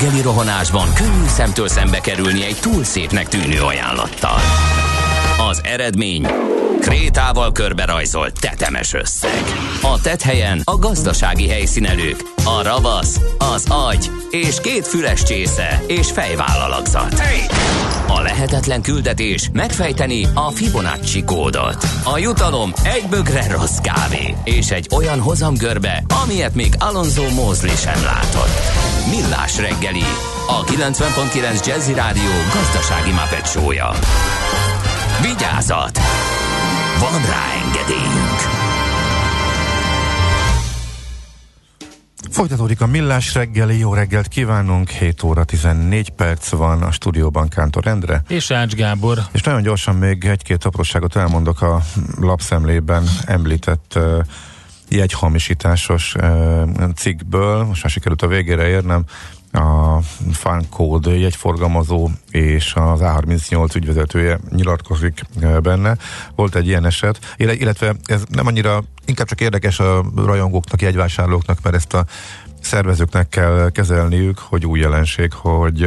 reggeli rohanásban könnyű szemtől szembe kerülni egy túl szépnek tűnő ajánlattal. Az eredmény krétával körberajzolt tetemes összeg. A tetthelyen a gazdasági helyszínelők, a ravasz, az agy és 2 füles csésze és fejvállalakzat. A lehetetlen küldetés megfejteni a Fibonacci kódot. A jutalom egy bögre rossz kávé és egy olyan hozamgörbe, amilyet még Alonso Mosley sem látott. Millás reggeli, a 90.9 Jazzy Rádió gazdasági Muppet show-ja. Vigyázat! Van rá engedélyünk! Folytatódik a Millás reggeli, jó reggelt kívánunk, 7 óra 14 perc van a stúdióban Kántor Endre. És Ács Gábor. És nagyon gyorsan még egy-két apróságot elmondok a lapszemlében említett jegyhamisításos cikkből. Most már sikerült a végére érnem. A Funcode jegyforgalmazó és az A38 ügyvezetője nyilatkozik benne. Volt egy ilyen eset, illetve ez nem annyira, inkább csak érdekes a rajongóknak, jegyvásárlóknak, mert ezt a szervezőknek kell kezelniük, hogy új jelenség, hogy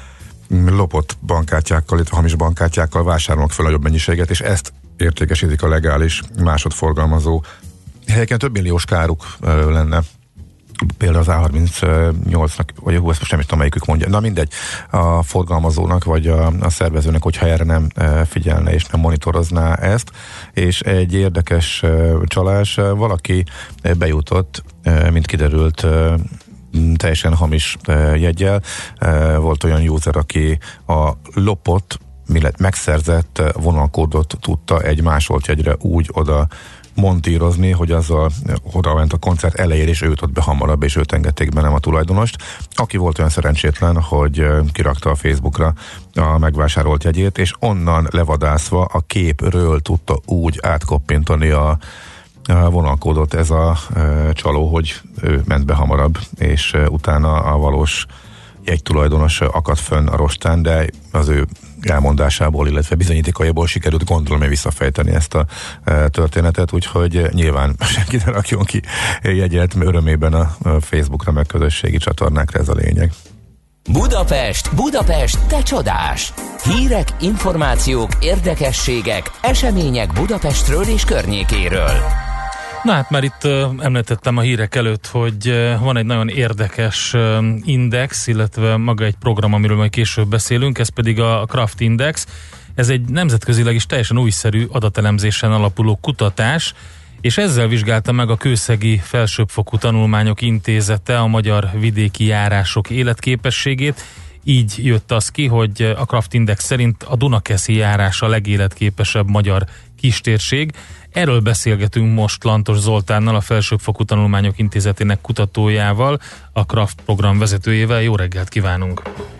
lopott bankkártyákkal, illetve hamis bankkártyákkal vásárolnak fel nagyobb mennyiséget, és ezt értékesítik a legális másodforgalmazó helyeken. Több milliós káruk lenne. Például az A38-nak, vagy ezt most nem tudom, melyikük mondja. Na mindegy, a forgalmazónak, vagy a szervezőnek, hogyha erre nem figyelne és nem monitorozná ezt. És egy érdekes csalás, valaki bejutott, mint kiderült, teljesen hamis jeggyel. Volt olyan user, aki a lopott, megszerzett vonalkódot tudta egy másolt jegyre úgy oda montírozni, hogy azzal oda ment a koncert elejére, és ő jutott be hamarabb, és őt engedték be, nem a tulajdonost. Aki volt olyan szerencsétlen, hogy kirakta a Facebookra a megvásárolt jegyét, és onnan levadászva a képről tudta úgy átkoppintani a vonalkódot ez a csaló, hogy ő ment be hamarabb, és utána a valós jegytulajdonos akadt fönn a rostán, de az ő elmondásából, illetve bizonyítékaiból sikerült, gondolom én, visszafejteni ezt a történetet, úgyhogy nyilván senki ne rakjon ki jegyet örömében a Facebookra, meg közösségi csatornákra, ez a lényeg. Budapest, Budapest, te csodás! Hírek, információk, érdekességek, események Budapestről és környékéről. Na hát már itt említettem a hírek előtt, hogy van egy nagyon érdekes index, illetve maga egy program, amiről majd később beszélünk, ez pedig a Kraft Index. Ez egy nemzetközileg is teljesen újszerű adatelemzésen alapuló kutatás, és ezzel vizsgálta meg a Kőszegi Felsőbbfokú Tanulmányok Intézete a magyar vidéki járások életképességét. Így jött az ki, hogy a Kraft Index szerint a Dunakeszi járás a legéletképesebb magyar kistérség. Erről beszélgetünk most Lantos Zoltánnal, a Felsőbbfokú Tanulmányok Intézetének kutatójával, a Kraft program vezetőjével. Jó reggelt kívánunk!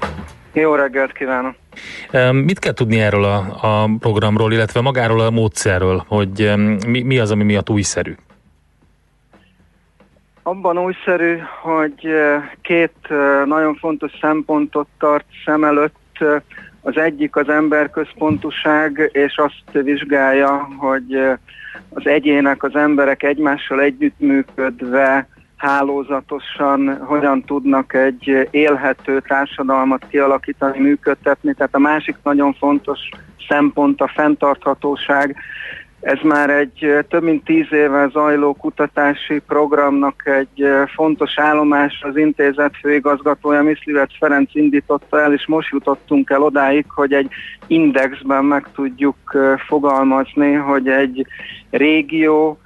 Jó reggelt kívánok! Mit kell tudni erről a programról, illetve magáról a módszerről, hogy mi az, ami miatt újszerű? Abban újszerű, hogy 2 nagyon fontos szempontot tart szem előtt. Az egyik az emberközpontúság, és azt vizsgálja, hogy az egyének, az emberek egymással együttműködve, hálózatosan hogyan tudnak egy élhető társadalmat kialakítani, működtetni. Tehát a másik nagyon fontos szempont a fenntarthatóság. Ez már egy több mint 10 éve zajló kutatási programnak egy fontos állomás. Az intézet főigazgatója, Misliwecz Ferenc indította el, és most jutottunk el odáig, hogy egy indexben meg tudjuk fogalmazni, hogy egy régió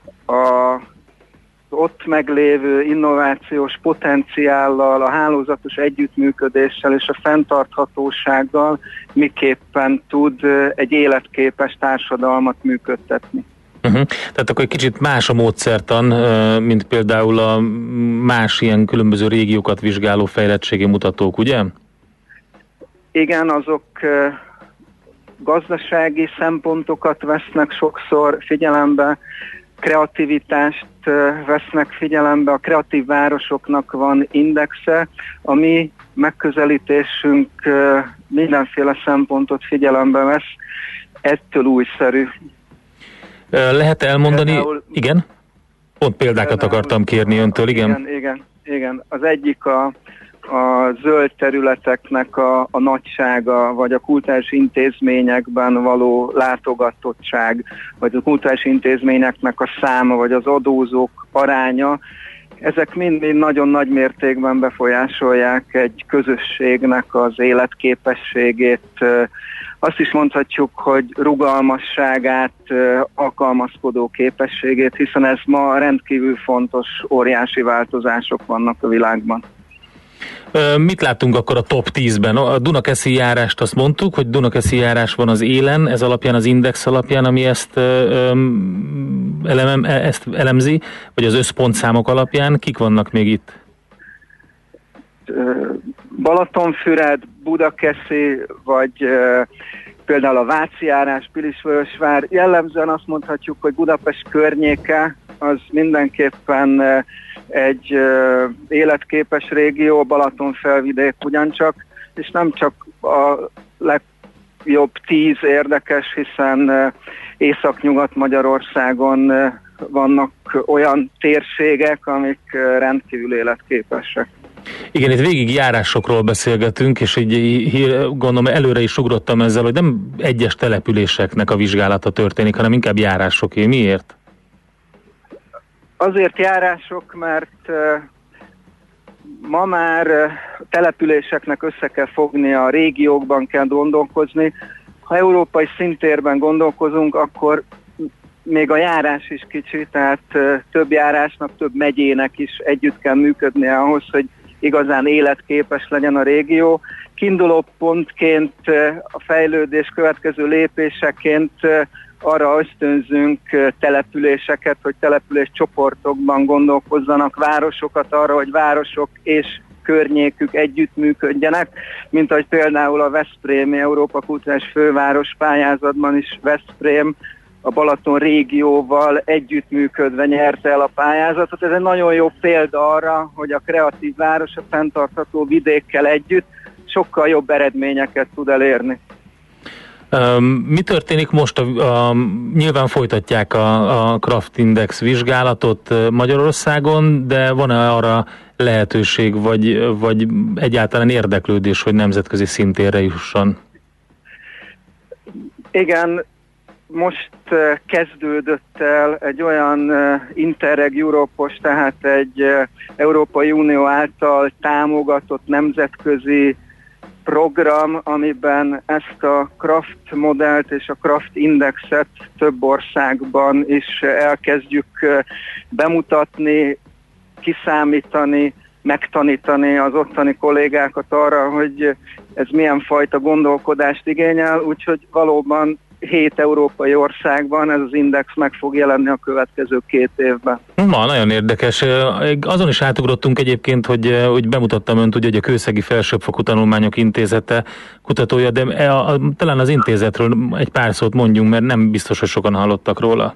ott meglévő innovációs potenciállal, a hálózatos együttműködéssel és a fenntarthatósággal miképpen tud egy életképes társadalmat működtetni. Tehát akkor egy kicsit más a módszertan, mint például a más ilyen különböző régiókat vizsgáló fejlettségi mutatók, ugye? Igen, azok gazdasági szempontokat vesznek sokszor figyelembe, kreativitást vesznek figyelembe, a kreatív városoknak van indexe, a mi megközelítésünk mindenféle szempontot figyelembe vesz, ettől újszerű. Lehet elmondani, például, igen? Pont példákat akartam kérni öntől, igen? Igen. Az egyik a a zöld területeknek a nagysága, vagy a kulturális intézményekben való látogatottság, vagy a kulturális intézményeknek a száma, vagy az adózók aránya, ezek mind nagyon nagy mértékben befolyásolják egy közösségnek az életképességét. Azt is mondhatjuk, hogy rugalmasságát, alkalmazkodó képességét, hiszen ez ma rendkívül fontos, óriási változások vannak a világban. Mit láttunk akkor a top 10-ben? A Dunakeszi járást azt mondtuk, hogy Dunakeszi járás van az élen, ez alapján, az Index alapján, ami ezt elemzi, vagy az összpontszámok alapján. Kik vannak még itt? Balatonfüred, Budakeszi, vagy például a Váci járás, Pilisvörösvár. Jellemzően azt mondhatjuk, hogy Budapest környéke az mindenképpen egy életképes régió, Balatonfelvidék ugyancsak, és nem csak a legjobb 10 érdekes, hiszen Észak-Nyugat Magyarországon vannak olyan térségek, amik rendkívül életképesek. Igen, itt végig járásokról beszélgetünk, és így gondolom előre is ugrottam ezzel, hogy nem egyes településeknek a vizsgálata történik, hanem inkább járásoké. Miért? Azért járások, mert ma már településeknek össze kell fogni, a régiókban kell gondolkozni. Ha európai szintérben gondolkozunk, akkor még a járás is kicsi, tehát több járásnak, több megyének is együtt kell működnie ahhoz, hogy igazán életképes legyen a régió. Kiinduló pontként a fejlődés következő lépéseként arra ösztönzünk településeket, hogy település csoportokban gondolkozzanak, városokat arra, hogy városok és környékük együttműködjenek, mint ahogy például a Veszprémi Európa Kulturális Főváros pályázatban is Veszprém a Balaton régióval együttműködve nyerte el a pályázatot. Ez egy nagyon jó példa arra, hogy a kreatív város a fenntartható vidékkel együtt sokkal jobb eredményeket tud elérni. Mi történik most? Nyilván folytatják a Kraft Index vizsgálatot Magyarországon, de van-e arra lehetőség, vagy egyáltalán érdeklődés, hogy nemzetközi szintérre jusson? Igen, most kezdődött el egy olyan Interreg Europos, tehát egy Európai Unió által támogatott nemzetközi program, amiben ezt a Kraft modellt és a Kraft Indexet több országban is elkezdjük bemutatni, kiszámítani, megtanítani az ottani kollégákat arra, hogy ez milyen fajta gondolkodást igényel, úgyhogy valóban 7 európai országban ez az index meg fog jelenni a következő 2 évben. Nagyon érdekes. Azon is átugrottunk egyébként, hogy bemutattam önt, ugye, hogy a Kőszegi Felsőfokú Tanulmányok Intézete kutatója, de talán az intézetről egy pár szót mondjunk, mert nem biztos, hogy sokan hallottak róla.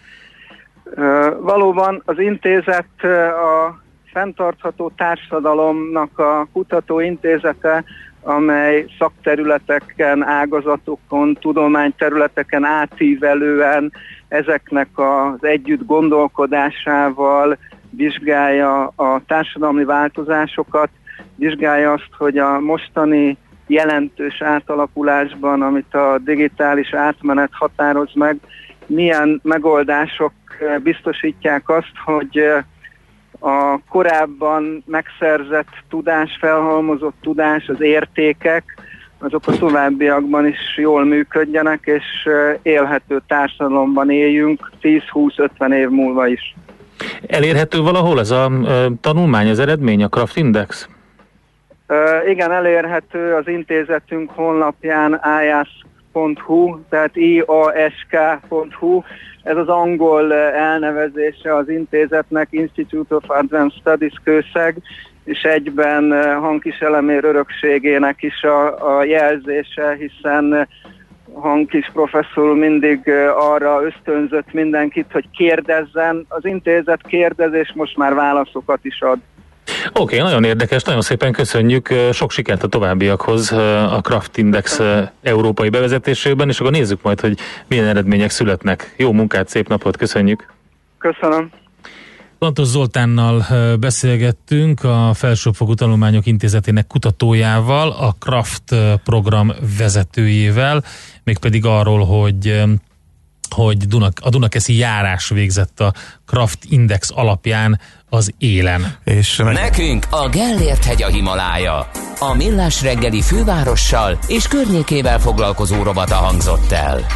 Valóban az intézet a fenntartható társadalomnak a kutatóintézete, amely szakterületeken, ágazatokon, tudományterületeken átívelően ezeknek az együtt gondolkodásával vizsgálja a társadalmi változásokat, vizsgálja azt, hogy a mostani jelentős átalakulásban, amit a digitális átmenet határoz meg, milyen megoldások biztosítják azt, hogy a korábban megszerzett tudás, felhalmozott tudás, az értékek, azok a továbbiakban is jól működjenek, és élhető társadalomban éljünk 10-20-50 év múlva is. Elérhető valahol ez a tanulmány, az eredmény, a Kraft Index? Igen, elérhető az intézetünk honlapján iask.hu, tehát iask.hu. Ez az angol elnevezése az intézetnek, Institute of Advanced Studies Kőszeg, és egyben Hankis Elemér örökségének is a jelzése, hiszen Hankis professzor mindig arra ösztönzött mindenkit, hogy kérdezzen. Az intézet kérdez, és most már válaszokat is ad. Oké, nagyon érdekes, nagyon szépen köszönjük, sok sikert a továbbiakhoz a Kraft Index európai bevezetésében, és akkor nézzük majd, hogy milyen eredmények születnek. Jó munkát, szép napot, köszönjük! Köszönöm! Lantos Zoltánnal beszélgettünk, a Felsőfokú Tanulmányok Intézetének kutatójával, a Kraft program vezetőjével, mégpedig arról, hogy a Dunakeszi járás végzett a Kraft Index alapján az élen. És nekünk a Gellért-hegy a Himalája. A Millás reggeli fővárossal és környékével foglalkozó rovata hangzott el.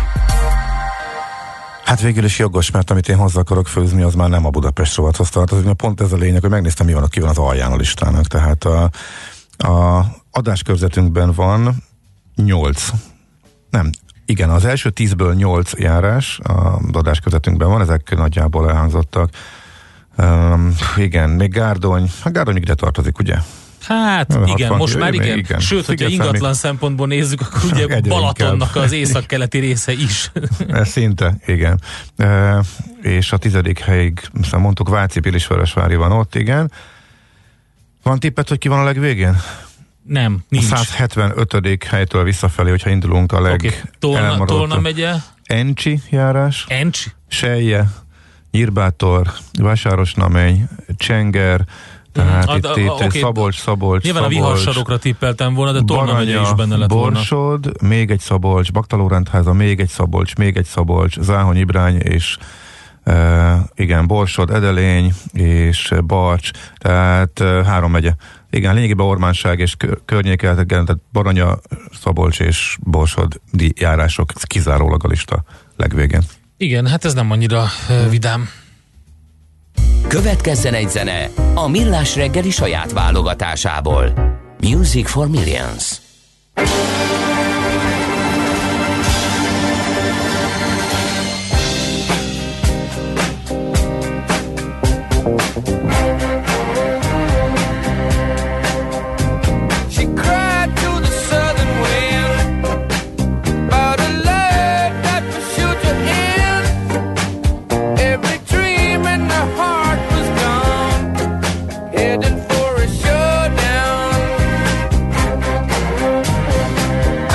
Hát végül is jogos, mert amit én hozzá akarok főzni, az már nem a Budapest rovathoz tartozik, mert pont ez a lényeg, hogy megnéztem, ki van az alján a listának. Tehát a adáskörzetünkben van 8. Nem, igen, az első 10-ből 8 járás az adáskörzetünkben van, ezek nagyjából elhangzottak. Igen, még Gárdony még ide tartozik, ugye? Hát igen, most már igen. Sőt, hogyha ingatlan szempontból nézzük, akkor ugye Balatonnak az északkeleti része is. Szinte, igen. És a 10. helyig, mondtuk, Váci, Pilisvörösvári van ott, igen. Van tippet, hogy ki van a legvégén? Nem, nincs. A 175. helytől visszafelé, hogyha indulunk a Tolna megye. Encsi járás. Encsi. Selje, Nyírbátor, Vásárosnamény, Csenger, tehát itt Szabolcs. Nyilván a viharsarokra tippeltem volna, de Tolna megye is benne lett volna. Borsod, még egy Szabolcs, Baktalórendháza, még egy Szabolcs, Záhony Ibrány és igen, Borsod, Edelény és Barcs, tehát 3 megye. Igen, lényegében Ormánság és környéke, tehát Baranya, Szabolcs és Borsod járások kizárólag a lista legvégén. Igen, hát ez nem annyira vidám. Következzen egy zene a Millás reggeli saját válogatásából. Music for Millions. Heading for a showdown.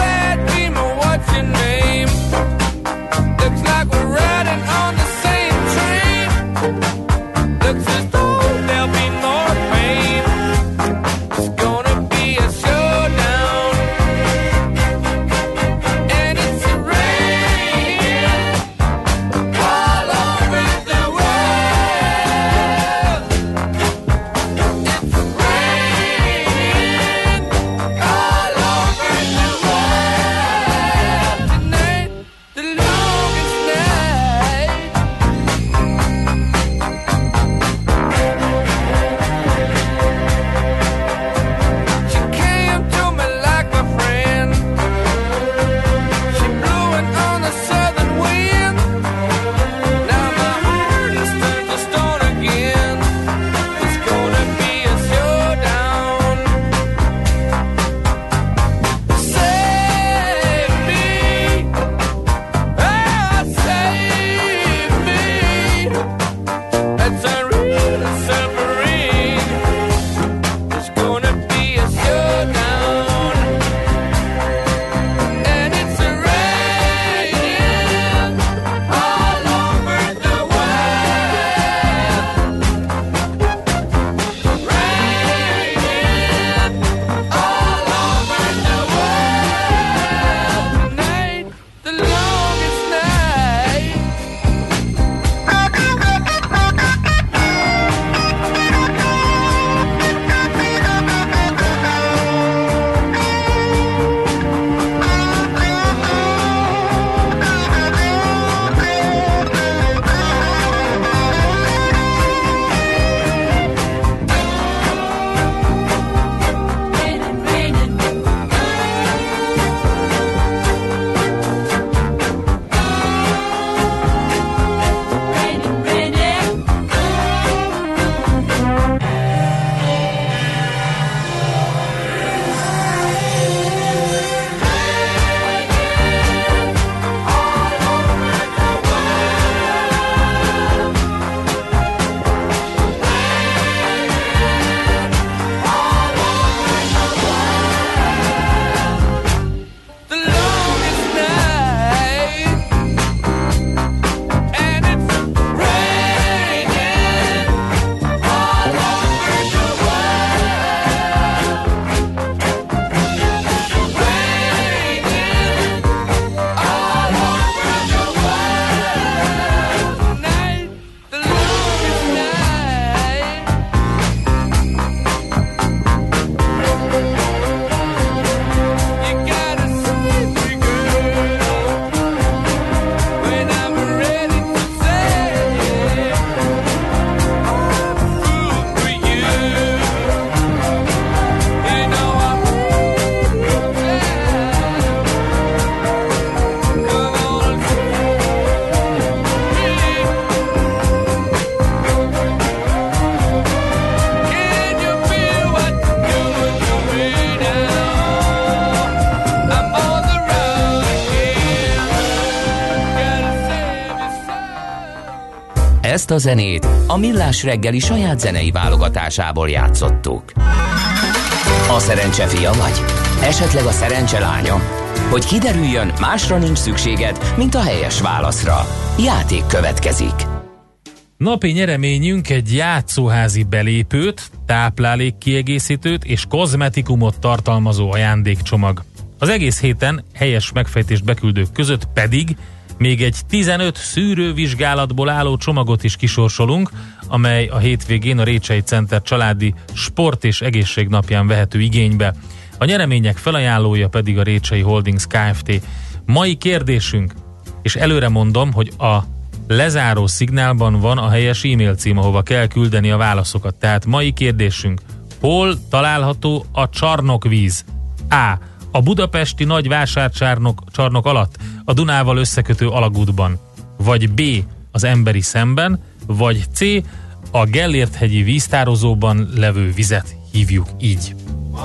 Ezt a zenét a Millás reggeli saját zenei válogatásából játszottuk. A szerencse fia vagy? Esetleg a szerencse lánya? Hogy kiderüljön, másra nincs szükséged, mint a helyes válaszra. Játék következik. Napi nyereményünk egy játszóházi belépőt, táplálékkiegészítőt és kozmetikumot tartalmazó ajándékcsomag. Az egész héten helyes megfejtést beküldők között pedig még egy 15 szűrővizsgálatból álló csomagot is kisorsolunk, amely a hétvégén a Récsei Center családi sport és egészségnapján vehető igénybe. A nyeremények felajánlója pedig a Récsei Holdings Kft. Mai kérdésünk, és előre mondom, hogy a lezáró szignálban van a helyes e-mail cím, ahova kell küldeni a válaszokat. Tehát mai kérdésünk, hol található a csarnokvíz? A. A budapesti nagy vásárcsarnok alatt, a Dunával összekötő alagútban. Vagy B. Az Emberi Szemben, vagy C. A Gellért-hegyi víztározóban levő vizet hívjuk így.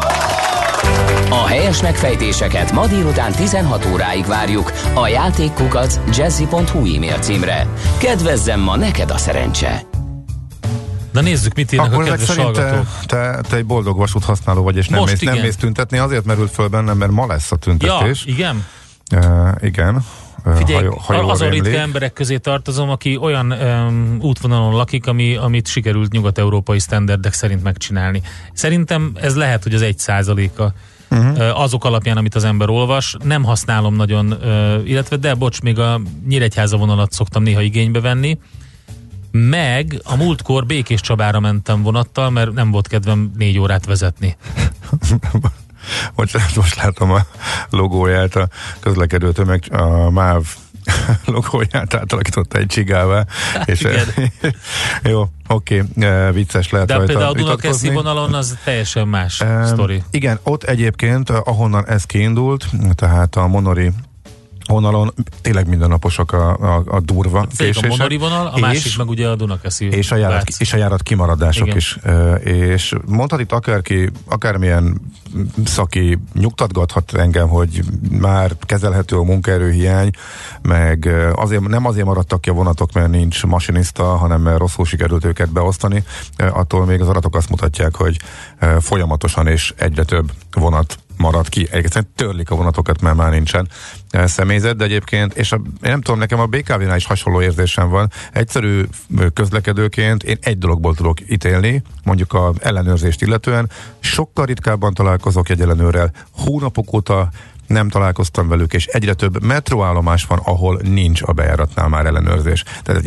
A helyes megfejtéseket ma délután 16 óráig várjuk a játékkukac@jazzy.hu e-mail címre. Kedvezzem ma neked a szerencse! De nézzük, mit írnak akkor a kedves hallgatók. Te egy boldog vasút használó vagy, és nem mész tüntetni. Azért merült föl bennem, mert ma lesz a tüntetés. Ja, igen? Igen. Figyelj, azon ritka emberek közé tartozom, aki olyan útvonalon lakik, amit sikerült nyugat-európai sztenderdek szerint megcsinálni. Szerintem ez lehet, hogy az 1%-a azok alapján, amit az ember olvas. Nem használom nagyon, illetve még a Nyíregyháza vonalat szoktam néha igénybe venni. Meg a múltkor Békés Csabára mentem vonattal, mert nem volt kedvem 4 órát vezetni. Most látom a logóját, a közlekedő tömeg, a MÁV logóját átalakította egy csigává. És jó, oké, vicces lehet de rajta. De például a Dunakeszi vonalon az teljesen más sztori. Igen, ott egyébként, ahonnan ez kiindult, tehát a Monori vonalon tényleg mindennaposak a durva késések. A Monori vonal, a másik meg ugye a Dunakeszi. És a járat kimaradások igen. is. És mondhat itt akármilyen szaki nyugtatgathat engem, hogy már kezelhető a munkaerőhiány, meg nem azért maradtak ki a vonatok, mert nincs masinista, hanem mert rosszul sikerült őket beosztani. Attól még az adatok azt mutatják, hogy folyamatosan és egyre több vonat marad ki. Egyébként törlik a vonatokat, mert már nincsen személyzet, de egyébként, és én nem tudom, nekem a BKV-nál is hasonló érzésem van. Egyszerű közlekedőként én egy dologból tudok ítélni, mondjuk az ellenőrzést illetően. Sokkal ritkábban találkozok egy ellenőrrel. Hónapok óta nem találkoztam velük, és egyre több metróállomás van, ahol nincs a bejáratnál már ellenőrzés. Tehát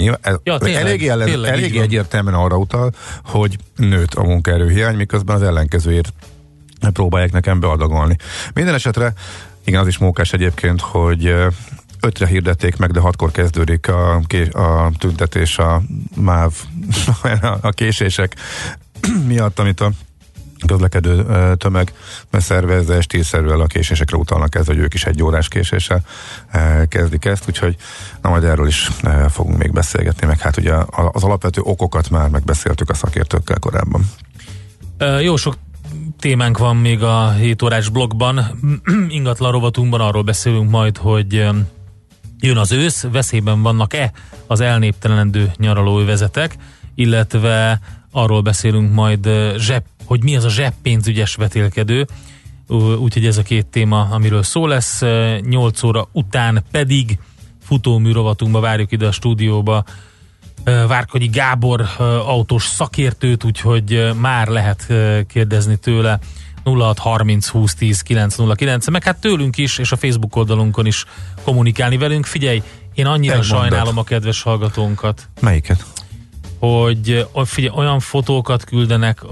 elég egyértelműen arra utal, hogy nőtt a munkaerőhiány, miközben az ellenkezőjét próbálják nekem beadagolni. Minden esetre, igen, az is mókás egyébként, hogy 5-re hirdették meg, de 6-kor kezdődik a tüntetés, a MÁV, a késések miatt, amit a közlekedő tömeg szervez, de stílszerűen a késésekre utalnak ez, hogy ők is 1 órás késéssel kezdik ezt, úgyhogy majd erről is fogunk még beszélgetni, meg hát ugye az alapvető okokat már megbeszéltük a szakértőkkel korábban. Jó sok témánk van még a 7 órás blogban. Ingatlan rovatunkban arról beszélünk majd, hogy jön az ősz, veszélyben vannak-e az elnéptelenedő nyaralóövezetek, illetve arról beszélünk majd, hogy mi az a zseppénzügyes vetélkedő, úgyhogy ez a 2 téma, amiről szó lesz. 8 óra után pedig futómű rovatunkba várjuk ide a stúdióba Várkonyi Gábor autós szakértőt, úgyhogy már lehet kérdezni tőle 0630 20 10 909, meg hát tőlünk is, és a Facebook oldalunkon is kommunikálni velünk. Figyelj, én annyira sajnálom a kedves hallgatónkat. Melyiket? Hogy figyelj, olyan fotókat küldenek,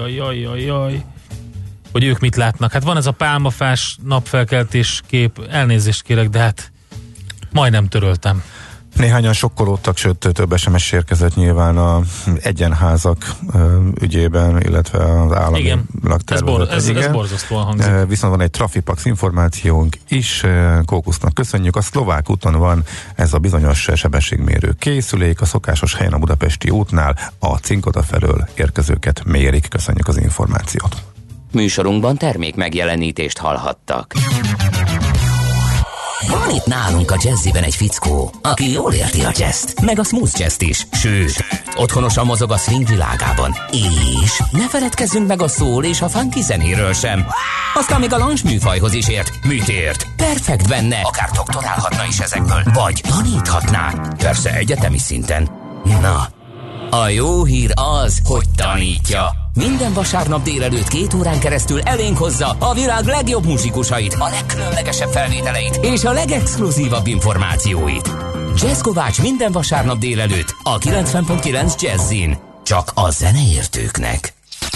hogy ők mit látnak. Hát van ez a pálmafás napfelkeltés kép, elnézést kérek, de hát majdnem töröltem. Néhányan sokkolódtak, sőt több SMS érkezett nyilván a egyenházak ügyében, illetve az állami laktervezet. Ez borzasztóan hangzik. Viszont van egy Trafipax információnk is, Kókusznak köszönjük. A Szlovák úton van ez a bizonyos sebességmérő készülék, a szokásos helyen a Budapesti útnál a Cinkoda felől érkezőket mérik. Köszönjük az információt. Műsorunkban termék megjelenítést hallhattak. Van itt nálunk a Jazziben egy fickó, aki jól érti a jazzt, meg a smooth jazzt is, sőt, otthonosan mozog a swing világában. És ne feledkezzünk meg a soul és a funky zenéről sem. Aztán még a lounge műfajhoz is ért. Mit ért? Perfekt benne, akár doktorálhatna is ezekből, vagy taníthatná. Persze egyetemi szinten. Na, a jó hír az, hogy tanítja. Minden vasárnap délelőtt 2 órán keresztül elénk hozza a világ legjobb muzsikusait, a legkülönlegesebb felvételeit és a legexkluzívabb információit. Jazz Kovács minden vasárnap délelőtt a 90.9 Jazzin. Csak a zeneértőknek.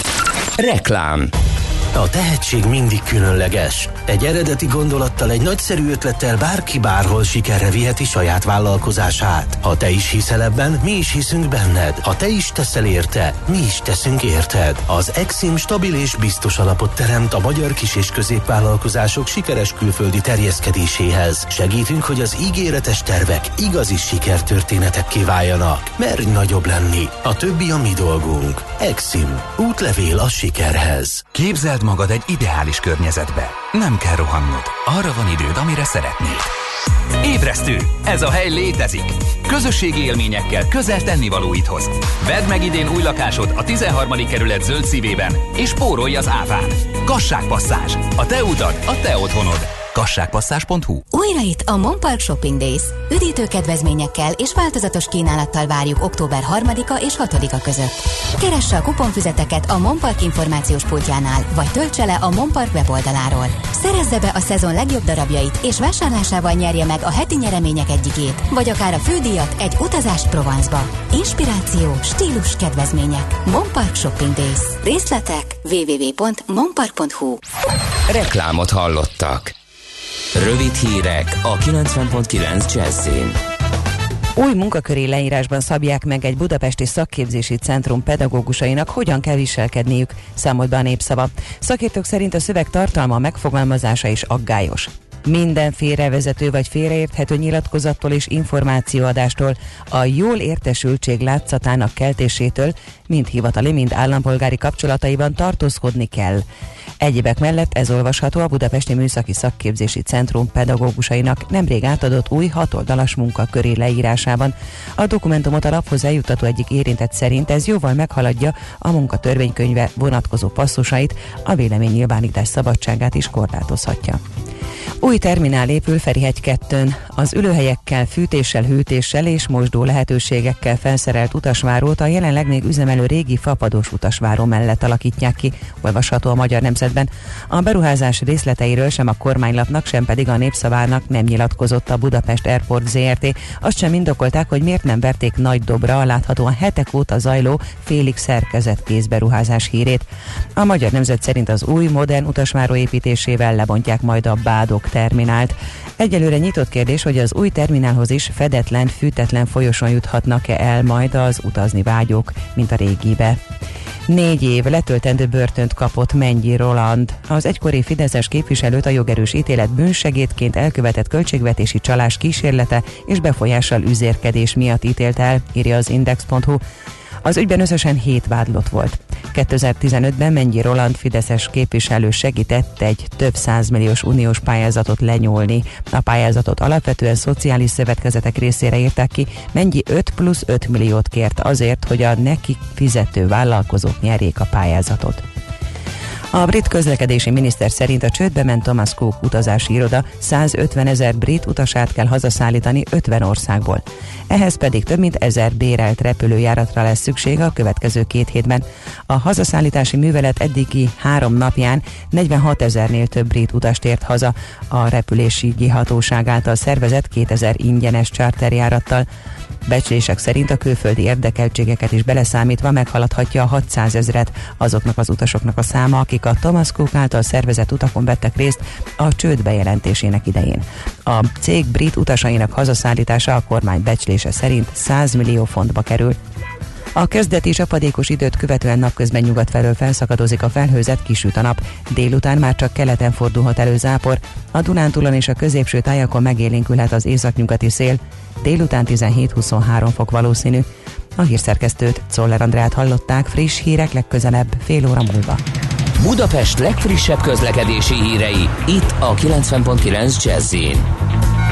Reklám. A tehetség mindig különleges. Egy eredeti gondolattal, egy nagyszerű ötlettel bárki bárhol sikerre viheti saját vállalkozását. Ha te is hiszel ebben, mi is hiszünk benned. Ha te is teszel érte, mi is teszünk érted. Az Exim stabil és biztos alapot teremt a magyar kis- és középvállalkozások sikeres külföldi terjeszkedéséhez. Segítünk, hogy az ígéretes tervek igazi sikertörténetekké váljanak. Merj nagyobb lenni. A többi a mi dolgunk. Exim. Útlevél a sikerhez. Képzeld magad egy ideális környezetbe. Nem kell rohannod. Arra van időd, amire szeretnéd. Ébresztő! Ez a hely létezik! Közösségi élményekkel, közel tennivalóidhoz. Vedd meg idén új lakásod a 13. kerület zöld szívében, és spórolj az ÁFÁN. Kasságpasszázs. A te utad, a te otthonod. Kasságpasszázs.hu. Újra itt a Monpark Shopping Days. Üdítő kedvezményekkel és változatos kínálattal várjuk október 3-a és 6-a között. Keresse a kuponfüzeteket a Monpark információs pultjánál, vagy töltse le a Monpark weboldaláról. Szerezze be a szezon legjobb darabjait, és vásárlásával nyerje meg a heti nyeremények egyikét, vagy akár a fődíjat egy utazást Provence-ba. Inspiráció, stílus, kedvezmények. Monpark Shopping Days. Részletek www.monpark.hu. Reklámot hallottak. Rövid hírek a 90.9 Jazzin. Új munkaköri leírásban szabják meg egy budapesti szakképzési centrum pedagógusainak, hogyan kell viselkedniük, számolt be a Népszava. Szakértők szerint a szöveg tartalma, megfogalmazása is aggályos. Minden félrevezető vagy félreérthető nyilatkozattól és információadástól, a jól értesültség látszatának keltésétől, mind hivatali, mind állampolgári kapcsolataiban tartózkodni kell. Egyébek mellett ez olvasható a Budapesti Műszaki Szakképzési Centrum pedagógusainak nemrég átadott új 6 oldalas munkaköri leírásában. A dokumentumot a laphoz eljuttató egyik érintett szerint ez jóval meghaladja a munkatörvénykönyve vonatkozó passzusait, a véleménynyilvánítás szabadságát is korlátozhatja. Új terminál épül Ferihegy 2-n. Az ülőhelyekkel, fűtéssel, hűtéssel és mosdó lehetőségekkel felszerelt utasvárót a jelenleg még üzemelő régi fapados utasváró mellett alakítják ki, olvasható a Magyar Nemzetben. A beruházás részleteiről sem a kormánylapnak, sem pedig a Népszavának nem nyilatkozott a Budapest Airport Zrt. Azt sem indokolták, hogy miért nem verték nagy dobra a láthatóan hetek óta zajló félig szerkezetkész beruházás hírét. A Magyar Nemzet szerint az új, modern utasváró építésével lebontják majd a Bádok terminált. Egyelőre nyitott kérdés, hogy az új terminálhoz is fedetlen, fűtetlen folyosón juthatnak-e el majd az utazni vágyók, mint a régibe. 4 év letöltendő börtönt kapott Mennyi Roland. Az egykori fideszes képviselőt a jogerős ítélet bűnsegédként elkövetett költségvetési csalás kísérlete és befolyással üzérkedés miatt ítélt el, írja az Index.hu. Az ügyben összesen 7 vádlott volt. 2015-ben Mennyi Roland fideszes képviselő segített egy több 100 milliós uniós pályázatot lenyúlni. A pályázatot alapvetően szociális szövetkezetek részére írták ki, Mennyi 5+5 milliót kért azért, hogy a neki fizető vállalkozók nyerjék a pályázatot. A brit közlekedési miniszter szerint a csődbe ment Thomas Cook utazási iroda 150 000 brit utasát kell hazaszállítani 50 országból. Ehhez pedig több mint 1000 bérelt repülőjáratra lesz szükség a következő 2 hétben. A hazaszállítási művelet eddigi 3 napján 46 000-nél több brit utast ért haza. A repülési hatóság által szervezett 2000 ingyenes charterjárattal. Becslések szerint a külföldi érdekeltségeket is beleszámítva meghaladhatja a 600 000-et azoknak az utasoknak a száma, akik a Thomas Cook által szervezett utakon vettek részt a csőd bejelentésének idején. A cég brit utasainak hazaszállítása a kormány becslése szerint 100 millió fontba kerül. A kezdeti csapadékos időt követően napközben nyugat felől felszakadozik a felhőzet, kisüt a nap. Délután már csak keleten fordulhat elő zápor. A Dunántúlon és a középső tájakon megélénkülhet az északnyugati szél. Délután 17-23 fok valószínű. A hírszerkesztőt, Czoller Andrát hallották, friss hírek legközelebb fél óra múlva. Budapest legfrissebb közlekedési hírei, itt a 90.9 Jazzin.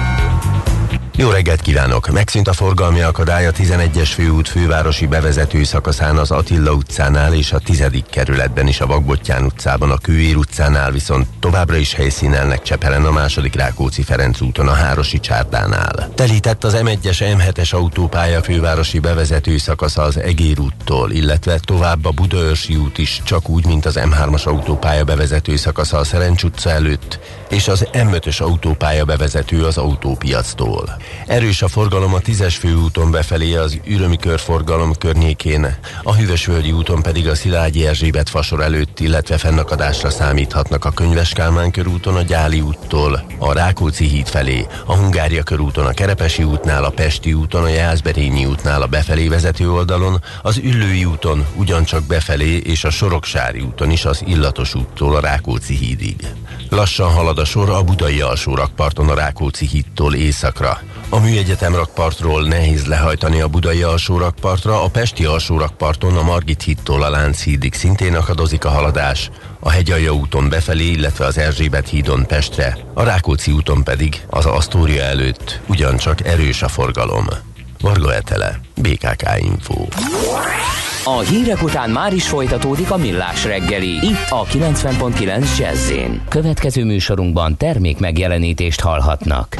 Jó reggelt kívánok! Megszűnt a forgalmi akadály a 11-es főút fővárosi bevezető szakaszán az Attila utcánál és a 10. kerületben is a Vakbottyán utcában, a Kőér utcánál viszont továbbra is helyszínelnek Csepelen a második Rákóczi-Ferenc úton a Hárosi csárdánál. Telített az M1-es M7-es autópálya fővárosi bevezető szakasza az Egér úttól, illetve tovább a Budaörsi út is, csak úgy, mint az M3-as autópálya bevezető szakasza a Szerencs utca előtt, és az M5-ös autópálya bevezető az autópiactól. Erős a forgalom a 10-es főúton befelé az Ürömi körforgalom környékén, a Hűvösvölgyi úton pedig a Szilágyi Erzsébet fasor előtt, illetve fennakadásra számíthatnak a Könyves Kálmán körúton a Gyáli úttól, a Rákóczi híd felé, a Hungária körúton a Kerepesi útnál, a Pesti úton, a Jászberényi útnál a befelé vezető oldalon, az Üllői úton ugyancsak befelé és a Soroksári úton is az Illatos úttól a Rákóczi hídig. Lassan halad a sor a Budai alsórakparton a Rákóczi hídtól északra. A Műegyetem rakpartról nehéz lehajtani a Budai alsórakpartra, a Pesti alsórakparton a Margit hídtól a Lánchídig szintén akadozik a haladás, a Hegyalja úton befelé, illetve az Erzsébet hídon Pestre, a Rákóczi úton pedig az Asztória előtt ugyancsak erős a forgalom. Varga Etele, BKK Info. A hírek után már is folytatódik a Millás reggeli, itt a 90.9 Jazz-én. Következő műsorunkban termék megjelenítést hallhatnak.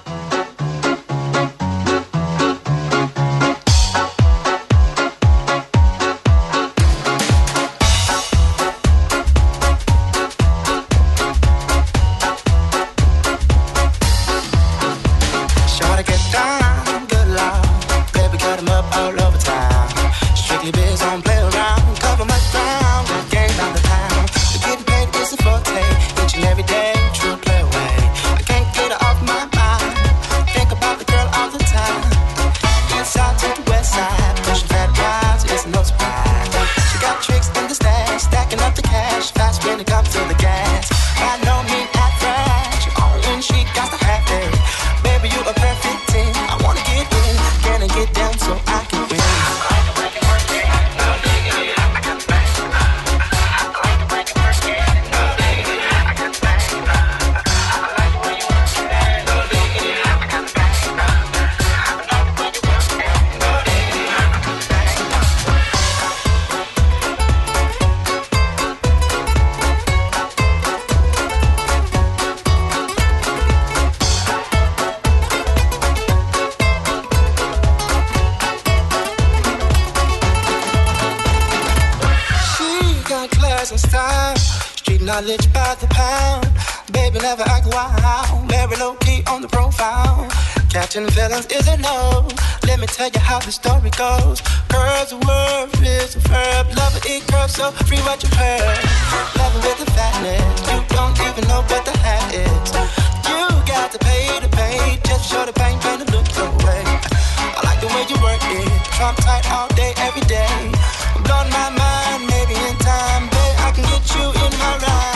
Knowledge by the pound, baby never act wild, very low key on the profile. Catching feelings is a no. Let me tell you how the story goes. Girls, the word is a verb. Love it, eat curves, so free what you heard. Love it with the fatness. You don't even know what the hat is. You got to pay just to show the pain to look your way. I like the way you work it, Trump tight all day, every day. I'm blowing my mind, maybe in time, babe, I can get you in my ride.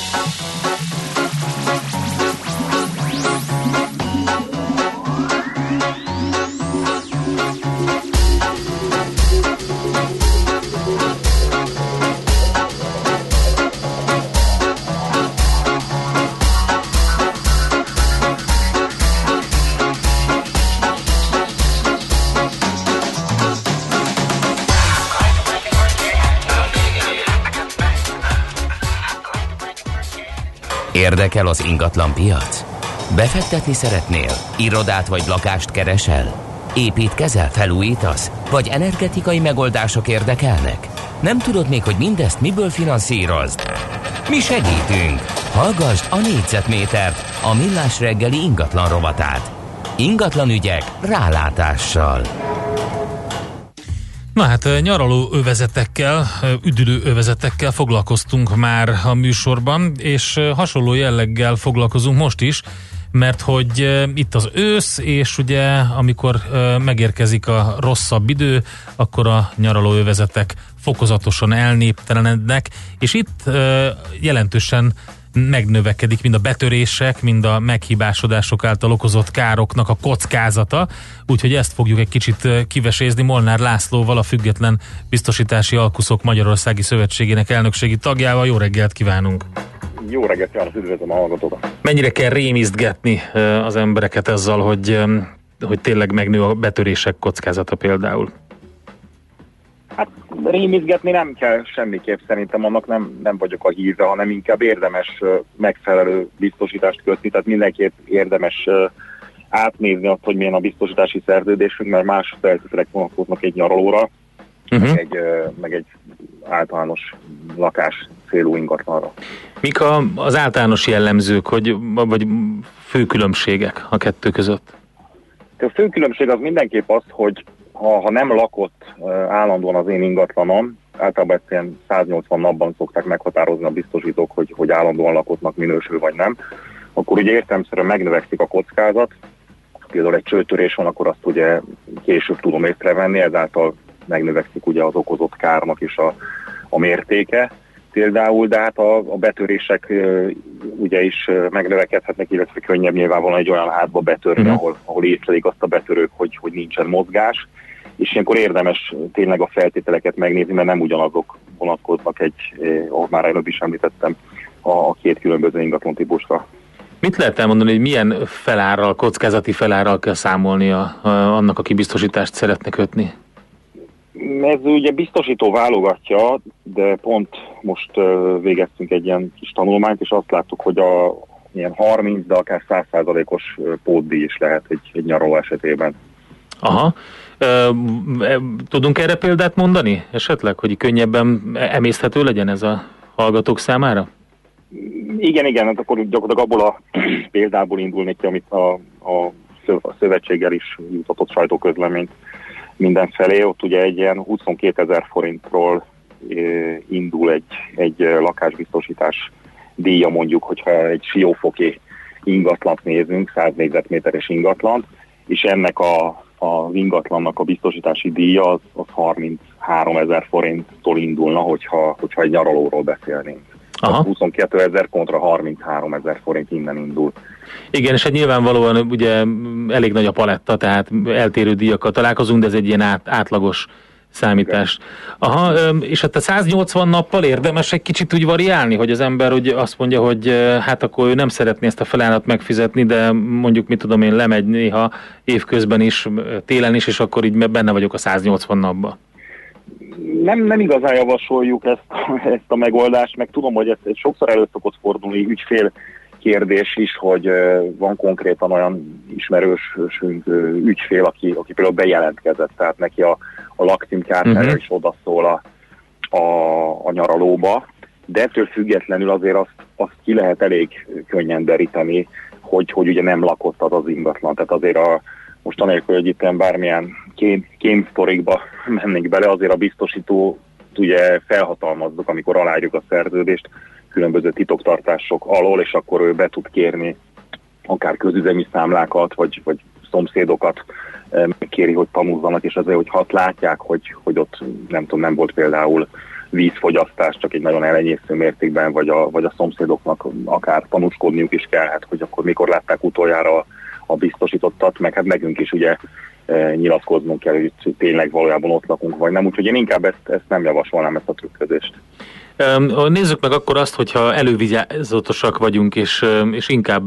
Érdekel az ingatlan piac? Befektetni szeretnél? Irodát vagy lakást keresel? Építkezel, felújítasz? Vagy energetikai megoldások érdekelnek? Nem tudod még, hogy mindezt miből finanszírozd? Mi segítünk! Hallgasd a Négyzetmétert, a Millás reggeli ingatlan rovatát. Ingatlan ügyek rálátással. Na hát nyaraló övezetekkel, üdülő övezetekkel foglalkoztunk már a műsorban, és hasonló jelleggel foglalkozunk most is, mert hogy itt az ősz, és ugye amikor megérkezik a rosszabb idő, akkor a nyaraló övezetek fokozatosan elnéptelenednek, és itt jelentősen megnövekedik mind a betörések, mind a meghibásodások által okozott károknak a kockázata, úgyhogy ezt fogjuk egy kicsit kivesézni Molnár Lászlóval, a Független Biztosítási Alkuszok Magyarországi Szövetségének elnökségi tagjával. Jó reggelt kívánunk! Jó reggelt kívánok, üdvözlöm a hallgatókat! Mennyire kell rémisztgetni az embereket ezzel, hogy hogy tényleg megnő a betörések kockázata például? Hát rémizgetni nem kell semmiképp, szerintem annak nem vagyok a híve, hanem inkább érdemes megfelelő biztosítást kötni, tehát mindenképp érdemes átnézni azt, hogy milyen a biztosítási szerződésünk, mert más feltételek vonatkoznak egy nyaralóra, meg egy általános lakás célú ingatlanra. Mik az általános jellemzők, vagy fő különbségek a kettő között? A fő különbség az mindenképp az, hogy ha nem lakott állandóan az én ingatlanom, általában ezt ilyen 180 napban szokták meghatározni a biztosítók, hogy állandóan lakottnak minősül vagy nem, akkor ugye értelemszerűen megnövekszik a kockázat. Például egy csőtörés van, akkor azt ugye később tudom észrevenni, ezáltal megnövekszik ugye az okozott kárnak is a mértéke például, de hát a betörések ugye is megnövekedhetnek, illetve könnyebb nyilvánvalóan egy olyan házba betörni, ahol észlelik azt a betörők, hogy nincsen mozgás, és ilyenkor érdemes tényleg a feltételeket megnézni, mert nem ugyanazok vonatkoznak ahogy már előbb is említettem, a két különböző ingatlan típusra. Mit lehet elmondani, hogy milyen felárral, kockázati felárral kell számolnia annak, aki biztosítást szeretne kötni? Ez ugye biztosító válogatja, de pont most végeztünk egy ilyen kis tanulmányt, és azt láttuk, hogy ilyen 30, de akár 100%-os pótdíj is lehet egy nyaraló esetében. Aha. Tudunk erre példát mondani esetleg, hogy könnyebben emészthető legyen ez a hallgatók számára? Igen, hát akkor gyakorlatilag abból a példából indulnék ki, amit a szövetséggel is jutatott sajtóközleményt mindenfelé. Ott ugye egy ilyen 22 000 forintról indul egy lakásbiztosítás díja, mondjuk, hogyha egy siófoki ingatlant nézünk, 100 négyzetméteres ingatlant, és ennek az ingatlannak a biztosítási díja az 33 000 forinttól indulna, hogyha egy nyaralóról beszélnénk. 22 000 kontra 33 000 forint innen indul. Igen, és hát nyilvánvalóan ugye elég nagy a paletta, tehát eltérő díjakkal találkozunk, de ez egy ilyen átlagos számítás. Aha, és hát a 180 nappal érdemes egy kicsit úgy variálni, hogy az ember ugye azt mondja, hogy hát akkor ő nem szeretné ezt a felárat megfizetni, de mondjuk mit tudom én, lemegy néha évközben is, télen is, és akkor így benne vagyok a 180 napba. Nem igazán javasoljuk ezt a megoldást, meg tudom, hogy ez sokszor elő szokott fordulni ügyfél kérdés is, hogy van konkrétan olyan ismerősünk ügyfél, aki például bejelentkezett, tehát neki a lakcímkártyája is odaszól a nyaralóba, de ettől függetlenül azért azt ki lehet elég könnyen deríteni, hogy ugye nem lakott az ingatlan. Tehát azért most anélkül, hogy itt bármilyen kémsztorikba mennék bele, azért a biztosító ugye felhatalmazzuk, amikor aláírjuk a szerződést különböző titoktartások alól, és akkor ő be tud kérni akár közüzemi számlákat, vagy szomszédokat kéri, hogy tanúzzanak, és azért, hogy látják, hogy ott nem volt például vízfogyasztás, csak egy nagyon elenyésző mértékben, vagy a szomszédoknak akár tanúskodniuk is kellhet, hogy akkor mikor látták utoljára a biztosítottat, meg hát nekünk is ugye nyilatkoznunk kell, hogy tényleg valójában ott lakunk, vagy nem. Úgyhogy én inkább ezt nem javasolnám, ezt a trükközést. Nézzük meg akkor azt, hogyha elővigyázatosak vagyunk, és inkább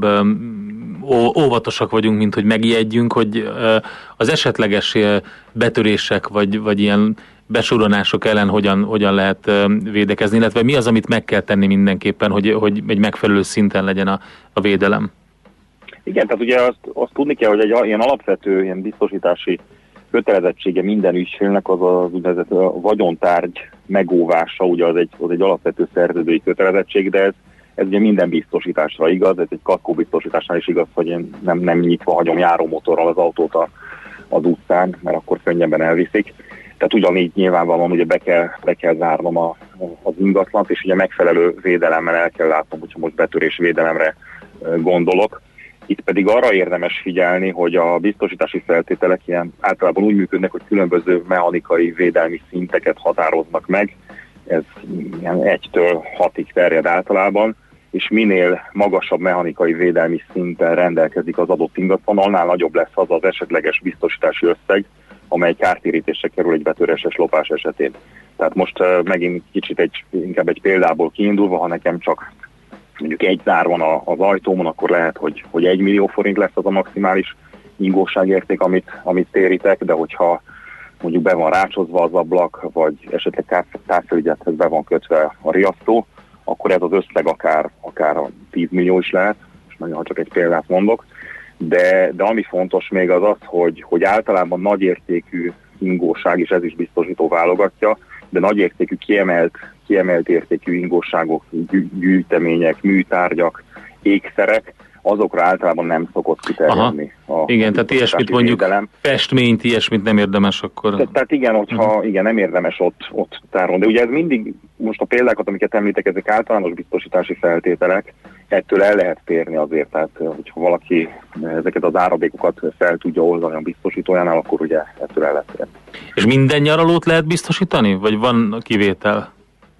óvatosak vagyunk, mint hogy megijedjünk, hogy az esetleges betörések, vagy ilyen besuranások ellen hogyan lehet védekezni, illetve mi az, amit meg kell tenni mindenképpen, hogy egy megfelelő szinten legyen a védelem? Igen, tehát ugye azt tudni kell, hogy egy ilyen alapvető ilyen biztosítási kötelezettsége minden ügyfélnek az úgynevezett vagyontárgy megóvása, ugye az egy alapvető szerződői kötelezettség, de ez ugye minden biztosításra igaz, ez egy kackóbiztosításnál is igaz, hogy én nem nyitva hagyom járómotorral az autót az utcán, mert akkor könnyebben elviszik. Tehát ugyanígy nyilvánvalóan ugye be kell zárnom az ingatlant, és ugye megfelelő védelemmel el kell látnom, hogyha most betörés védelemre gondolok. Itt pedig arra érdemes figyelni, hogy a biztosítási feltételek ilyen általában úgy működnek, hogy különböző mechanikai védelmi szinteket határoznak meg. Ez ilyen 1-től 6-ig terjed általában, és minél magasabb mechanikai védelmi szinten rendelkezik az adott ingatlan, annál nagyobb lesz az esetleges biztosítási összeg, amely kártérítésre kerül egy betöréses lopás esetén. Tehát most megint kicsit inkább egy példából kiindulva, ha nekem csak mondjuk egy zár van az ajtómon, akkor lehet, hogy 1 millió forint lesz az a maximális ingóságérték, amit térítek, de hogyha mondjuk be van rácsozva az ablak, vagy esetleg távfelügyelethez be van kötve a riasztó, akkor ez az összeg akár 10 millió is lehet, és nagyon csak egy példát mondok, de ami fontos még az az, hogy általában nagyértékű ingóság, és ez is biztosító válogatja, de nagyértékű kiemelt értékű ingóságok, gyűjtemények, műtárgyak, ékszerek, azokra általában nem szokott kiterjedni. Igen, tehát ilyesmit mondjuk festményt, ilyesmit nem érdemes akkor. Tehát igen, hogyha nem érdemes ott tárolni. De ugye ez mindig, most a példákat, amiket említek, ezek általános biztosítási feltételek, ettől el lehet térni azért, tehát hogyha valaki ezeket az áradékokat fel tudja oldani a biztosítójánál, akkor ugye ettől el lehet térni. És minden nyaralót lehet biztosítani? Vagy van kivétel?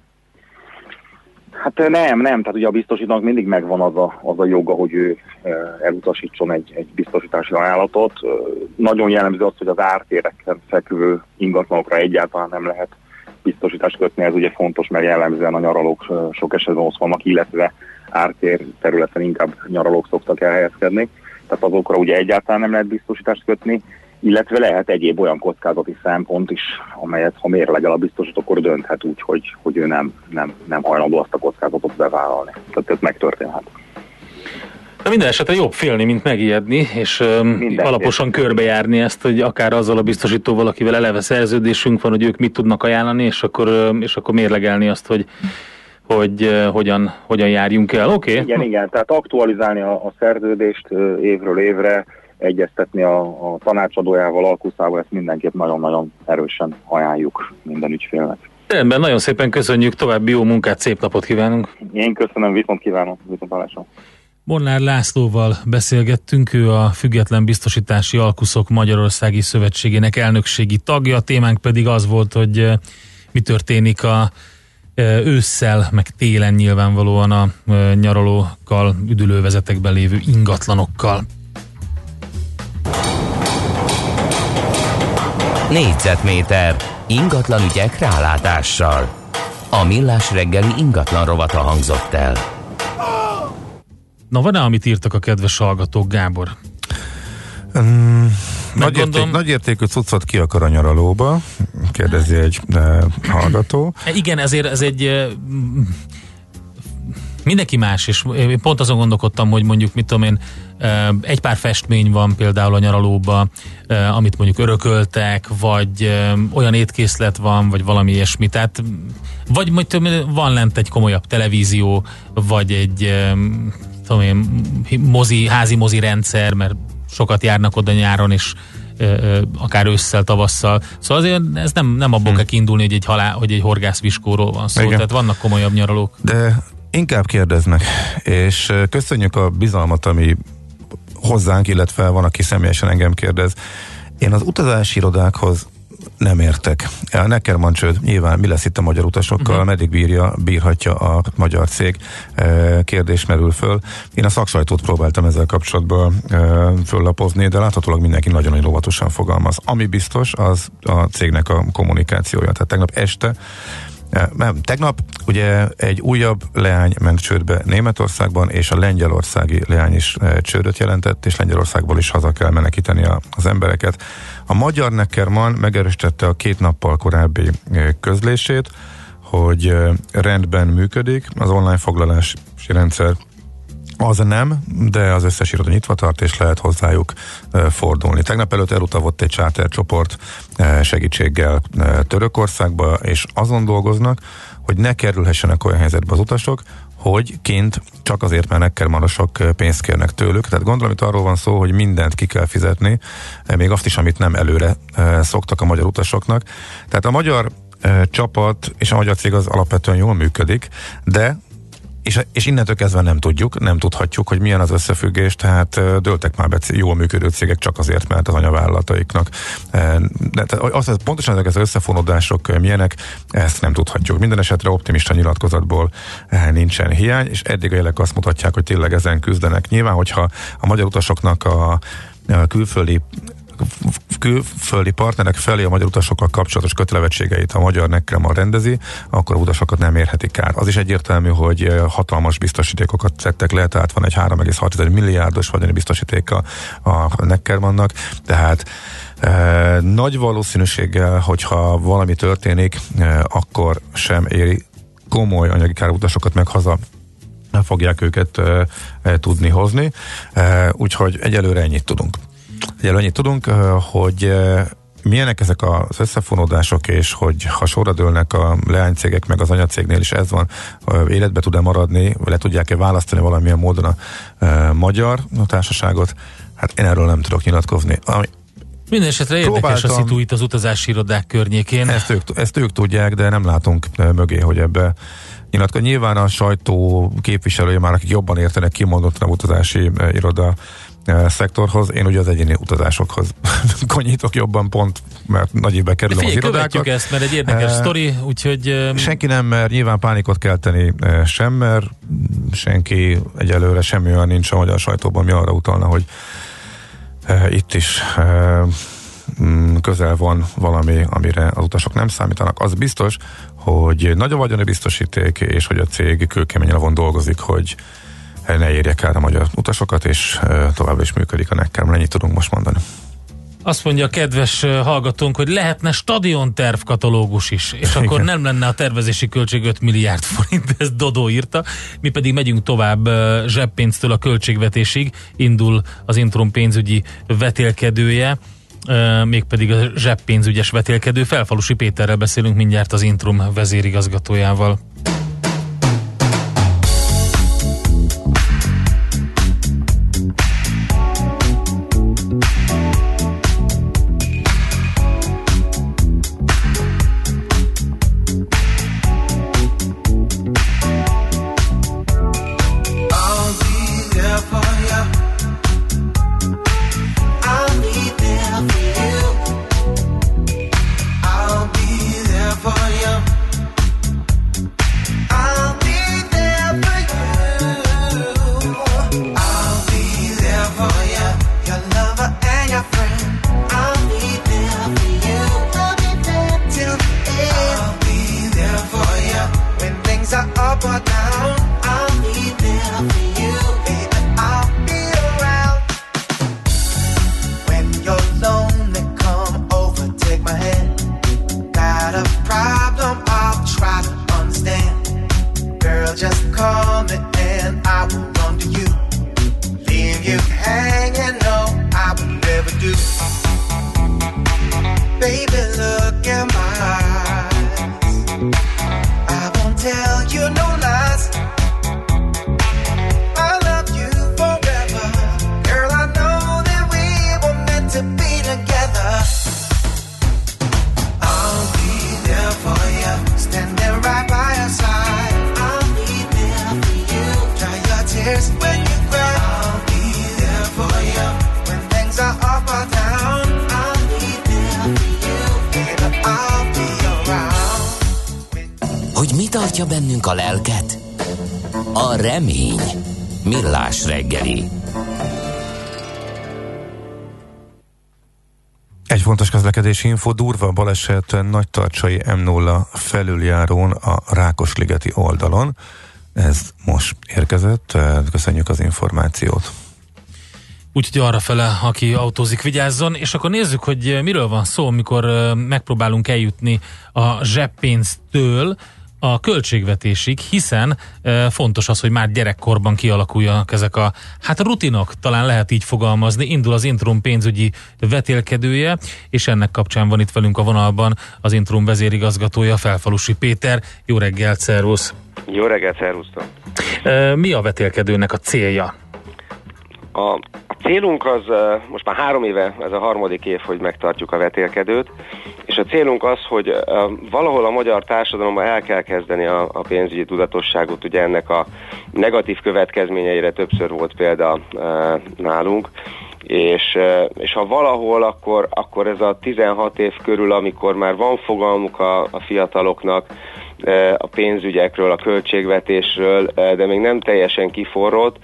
Hát nem, tehát ugye a biztosítónak mindig megvan az a joga, hogy ő elutasítson egy biztosítási ajánlatot. Nagyon jellemző az, hogy az ártéreken fekvő ingatlanokra egyáltalán nem lehet biztosítást kötni, ez ugye fontos, mert jellemzően a nyaralók sok esetben ott vannak, illetve ártér területen inkább nyaralók szoktak elhelyezkedni, tehát azokra ugye egyáltalán nem lehet biztosítást kötni, illetve lehet egyéb olyan kockázati szempont is, amelyet ha mérlegel a biztosító, akkor dönthet úgy, hogy ő nem hajlandó azt a kockázatot bevállalni. Tehát ez megtörténhet. De minden esetre jobb félni, mint megijedni, és alaposan körbejárni ezt, hogy akár azzal a biztosítóval, akivel eleve szerződésünk van, hogy ők mit tudnak ajánlani, és akkor mérlegelni azt, hogy hogyan járjunk el. Oké? Igen, tehát aktualizálni a szerződést évről évre, egyeztetni a tanácsadójával, alkuszával, ezt mindenképp nagyon-nagyon erősen ajánljuk minden ügyfélnek. Rendben, nagyon szépen köszönjük, további jó munkát, szép napot kívánunk! Én köszönöm, viszont kívánom, viszontlátásra. Molnár Lászlóval beszélgettünk, ő a Független Biztosítási Alkuszok Magyarországi Szövetségének elnökségi tagja, a témánk pedig az volt, hogy mi történik a ősszel, meg télen nyilvánvalóan a nyaralókkal, üdülővezetekben lévő ingatlanokkal. Négyzetméter ingatlan ügyek rálátással. A Millás reggeli ingatlan rovata hangzott el. Na, van-e, amit írtak a kedves hallgatók, Gábor? Nagyértékű cuccot ki akar a nyaralóba? Kérdezi egy hallgató. Igen, ezért ez egy mindenki más, és én pont azon gondolkodtam, hogy mondjuk, mit tudom én, egy pár festmény van például a nyaralóba, amit mondjuk örököltek, vagy olyan étkészlet van, vagy valami ilyesmi. Tehát, vagy van lent egy komolyabb televízió, vagy egy tudom én, házi mozi rendszer, mert sokat járnak oda nyáron, és akár ősszel, tavasszal. Szóval azért ez nem abból kell kiindulni, hogy egy horgászviskóról van szó. Igen. Tehát vannak komolyabb nyaralók. De inkább kérdeznek, és köszönjük a bizalmat, ami hozzánk, illetve van, aki személyesen engem kérdez. Én az utazási irodákhoz nem értek. A Neckermann csőd, nyilván mi lesz itt a magyar utasokkal, meddig bírhatja a magyar cég, kérdés merül föl. Én a szaksajtót próbáltam ezzel kapcsolatban föllapozni, de láthatólag mindenki nagyon-nagyon óvatosan fogalmaz. Ami biztos, az a cégnek a kommunikációja. Tehát tegnap este tegnap ugye egy újabb leány ment csődbe Németországban, és a lengyelországi leány is csődöt jelentett, és Lengyelországból is haza kell menekíteni az embereket. A magyar Neckermann megerősítette a 2 nappal korábbi közlését, hogy rendben működik az online foglalási rendszer. Az nem, de az összes iroda nyitva tart, és lehet hozzájuk fordulni. Tegnap előtt elutavott egy charter csoport segítséggel Törökországba, és azon dolgoznak, hogy ne kerülhessenek olyan helyzetbe az utasok, hogy kint csak azért, mert Neckermannosok pénzt kérnek tőlük. Tehát gondolom, itt arról van szó, hogy mindent ki kell fizetni, még azt is, amit nem előre szoktak a magyar utasoknak. Tehát a magyar csapat és a magyar cég az alapvetően jól működik, de és innentől kezdve nem tudhatjuk, hogy milyen az összefüggés, tehát dőltek már be jól működő cégek csak azért, mert az anyavállalataiknak. Pontosan ezek az összefonódások milyenek, ezt nem tudhatjuk. Minden esetre optimista nyilatkozatból nincsen hiány, és eddig a jelek azt mutatják, hogy tényleg ezen küzdenek. Nyilván, hogyha a magyar utasoknak a külföldi külföldi partnerek felé a magyar utasokkal kapcsolatos kötelezettségeit a magyar NECKREMA rendezi, akkor a utasokat nem érheti kár. Az is egyértelmű, hogy hatalmas biztosítékokat tettek le, tehát van egy 3,6 milliárdos vagyoni biztosítéka a NECKREMA-nak, tehát nagy valószínűséggel, hogyha valami történik, akkor sem éri komoly anyagi kárutasokat meg haza fogják őket tudni hozni. Úgyhogy egyelőre ennyit tudunk. Hogy milyenek ezek az összefonódások, és hogy ha sorra dőlnek a leánycégek, meg az anyacégnél is ez van, életbe tud-e maradni, vagy le tudják-e választani valamilyen módon a magyar társaságot, hát én erről nem tudok nyilatkozni. Minden esetre érdekes a szitu itt az utazási irodák környékén. Ezt ők tudják, de nem látunk mögé, hogy ebbe nyilatkozni. Nyilván a sajtó képviselője már, akik jobban értenek kimondottan a utazási iroda szektorhoz, én ugye az egyéni utazásokhoz konyítok jobban, pont mert nagy évbe kerülöm az irodákat. Követjük ezt, mert egy érdekes sztori, úgyhogy... Senki nem mer nyilván pánikot kelteni sem, mert senki egyelőre semmi olyan nincs a magyar sajtóban, mi arra utalna, hogy itt is közel van valami, amire az utasok nem számítanak. Az biztos, hogy nagy a vagyoni biztosíték, és hogy a cég kőkeményen avon dolgozik, hogy ne érjek el a magyar utasokat, és továbbra is működik a NECKREMA. Ennyit tudunk most mondani. Azt mondja a kedves hallgatónk, hogy lehetne stadionterv katalógus is, és akkor nem lenne a tervezési költség 5 milliárd forint, ezt Dodó írta. Mi pedig megyünk tovább zseppénztől a költségvetésig, indul az Intrum pénzügyi vetélkedője, mégpedig a zseppénzügyes vetélkedő. Felfalusi Péterrel beszélünk mindjárt, az Intrum vezérigazgatójával. Hogy mi tartja bennünk a lelket? A remény. Millás reggeli. Egy fontos közlekedési info, durva baleset Nagytarcsai M0 felüljárón a Rákosligeti oldalon. Ez most érkezett, köszönjük az információt. Úgyhogy arrafele, aki autózik, vigyázzon, és akkor nézzük, hogy miről van szó, amikor megpróbálunk eljutni a zseppénztől a költségvetésig, hiszen fontos az, hogy már gyerekkorban kialakuljanak ezek a rutinok, talán lehet így fogalmazni. Indul az Intrum pénzügyi vetélkedője, és ennek kapcsán van itt velünk a vonalban az Intrum vezérigazgatója, Felfalusi Péter. Jó reggelt, szervusz! Jó reggelt, szervusztok! Mi a vetélkedőnek a célja? A célunk az, most már 3 éve, ez a 3. év, hogy megtartjuk a vetélkedőt, és a célunk az, hogy valahol a magyar társadalomban el kell kezdeni a pénzügyi tudatosságot, ugye ennek a negatív következményeire többször volt példa nálunk, és ha valahol, akkor ez a 16 év körül, amikor már van fogalmuk a fiataloknak a pénzügyekről, a költségvetésről, de még nem teljesen kiforrott,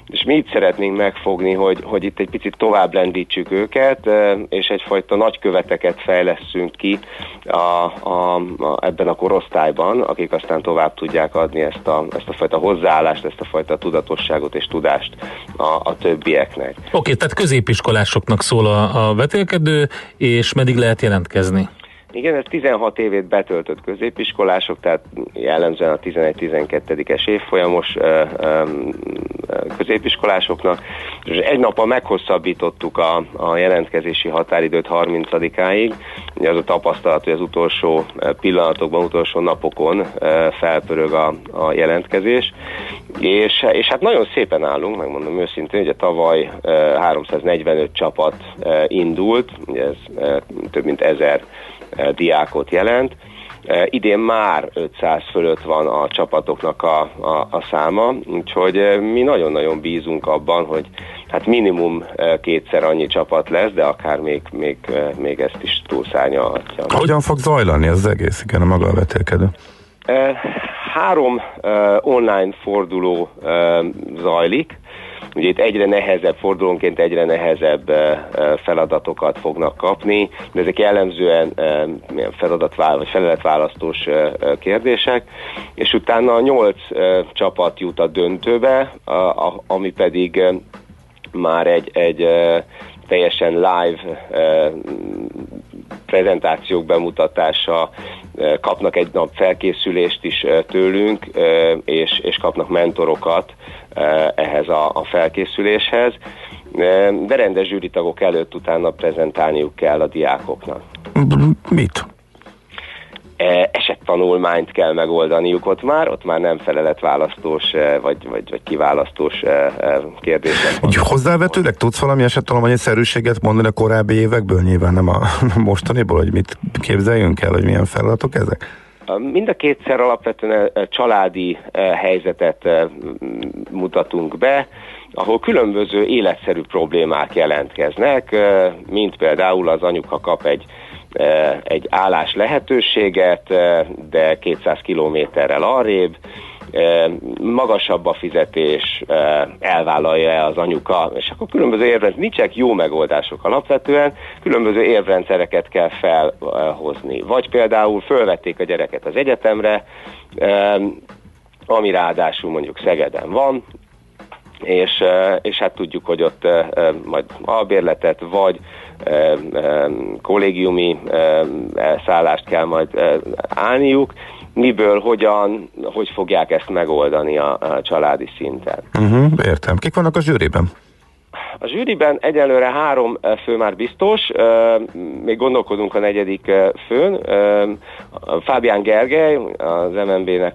és mi itt szeretnénk megfogni, hogy itt egy picit tovább lendítsük őket, és egyfajta nagyköveteket fejlesszünk ki ebben a korosztályban, akik aztán tovább tudják adni ezt a fajta hozzáállást, ezt a fajta tudatosságot és tudást a többieknek. Oké, tehát középiskolásoknak szól a vetélkedő, és meddig lehet jelentkezni? Igen, ez 16 évét betöltött középiskolások, tehát jellemzően a 11-12-es évfolyamos középiskolásoknak, és egy nappal meghosszabbítottuk a jelentkezési határidőt 30-áig. Ugye az a tapasztalat, hogy az utolsó pillanatokban, utolsó napokon felpörög a jelentkezés, és hát nagyon szépen állunk, megmondom őszintén, ugye tavaly 345 csapat indult, ugye ez több mint 1000 diákot jelent. Idén már 500 fölött van a csapatoknak a száma, úgyhogy mi nagyon-nagyon bízunk abban, hogy hát minimum kétszer annyi csapat lesz, de akár még ezt is túlszárnyalhatja. Hogyan fog zajlani ez az egész, igen, a maga a vetélkedő? 3 online forduló zajlik. Ugye itt egyre nehezebb, fordulónként egyre nehezebb feladatokat fognak kapni, de ezek jellemzően feleletválasztós kérdések, és utána 8 csapat jut a döntőbe, ami pedig már egy teljesen live prezentációk bemutatása, kapnak egy nap felkészülést is tőlünk, és kapnak mentorokat ehhez a felkészüléshez, de rendes zsűritagok előtt utána prezentálniuk kell a diákoknak. Mit? Esettanulmányt kell megoldaniuk ott már nem feleletválasztós vagy kiválasztós kérdések. Hozzávetőleg tudsz valami esettanulmányi szerűséget mondani a korábbi évekből, nyilván nem a mostaniból, hogy mit képzeljünk el, hogy milyen feladatok ezek? Mind a kétszer alapvetően családi helyzetet mutatunk be, ahol különböző életszerű problémák jelentkeznek, mint például az anyuka kap egy állás lehetőséget, de 200 kilométerrel arrébb, magasabb a fizetés, elvállalja az anyuka, és akkor különböző érvrendszerek, nincsenek jó megoldások alapvetően, különböző érvrendszereket kell felhozni. Vagy például fölvették a gyereket az egyetemre, ami ráadásul mondjuk Szegeden van, és hát tudjuk, hogy ott majd albérletet vagy kollégiumi szállást kell majd állniuk, hogy fogják ezt megoldani a családi szinten. Értem. Kik vannak a zsűriben? A zsűriben egyelőre 3 fő már biztos, még gondolkodunk a 4. főn. Fábián Gergely, az MNB-nek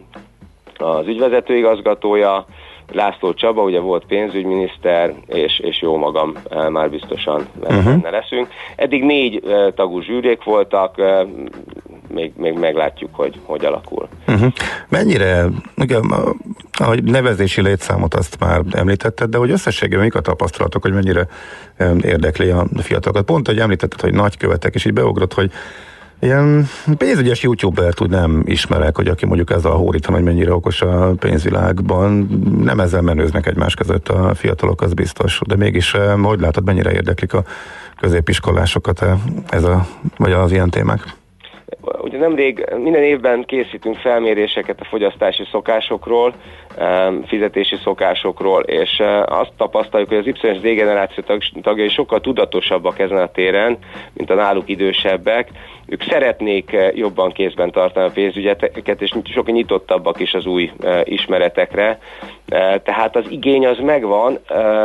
az ügyvezetőigazgatója, László Csaba, ugye volt pénzügyminiszter, és jó magam már biztosan benne leszünk. Eddig 4 tagú zsűrék voltak, még meglátjuk, hogy alakul. Mennyire, ugye, a nevezési létszámot azt már említetted, de hogy összességében mik a tapasztalatok, hogy mennyire érdekli a fiatalokat? Pont, hogy említetted, hogy nagykövetek, és így beugrott, hogy ilyen pénzügyes youtubert úgy nem ismerek, hogy aki mondjuk ezzel hórítan, hogy mennyire okos a pénzvilágban, nem ezzel menőznek egymás között a fiatalok, az biztos, de mégis hogy látod, mennyire érdeklik a középiskolásokat vagy az ilyen témák? Ugye nemrég minden évben készítünk felméréseket a fogyasztási szokásokról, fizetési szokásokról, és azt tapasztaljuk, hogy az Y-Z generáció tagjai sokkal tudatosabbak ezen a téren, mint a náluk idősebbek. Ők szeretnék jobban kézben tartani a pénzügyeket, és sokkal nyitottabbak is az új ismeretekre. Tehát az igény az megvan.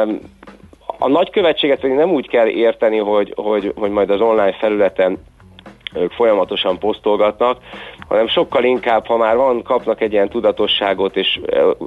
A nagykövetséget pedig nem úgy kell érteni, hogy majd az online felületen ők folyamatosan posztolgatnak, hanem sokkal inkább, ha már kapnak egy ilyen tudatosságot, és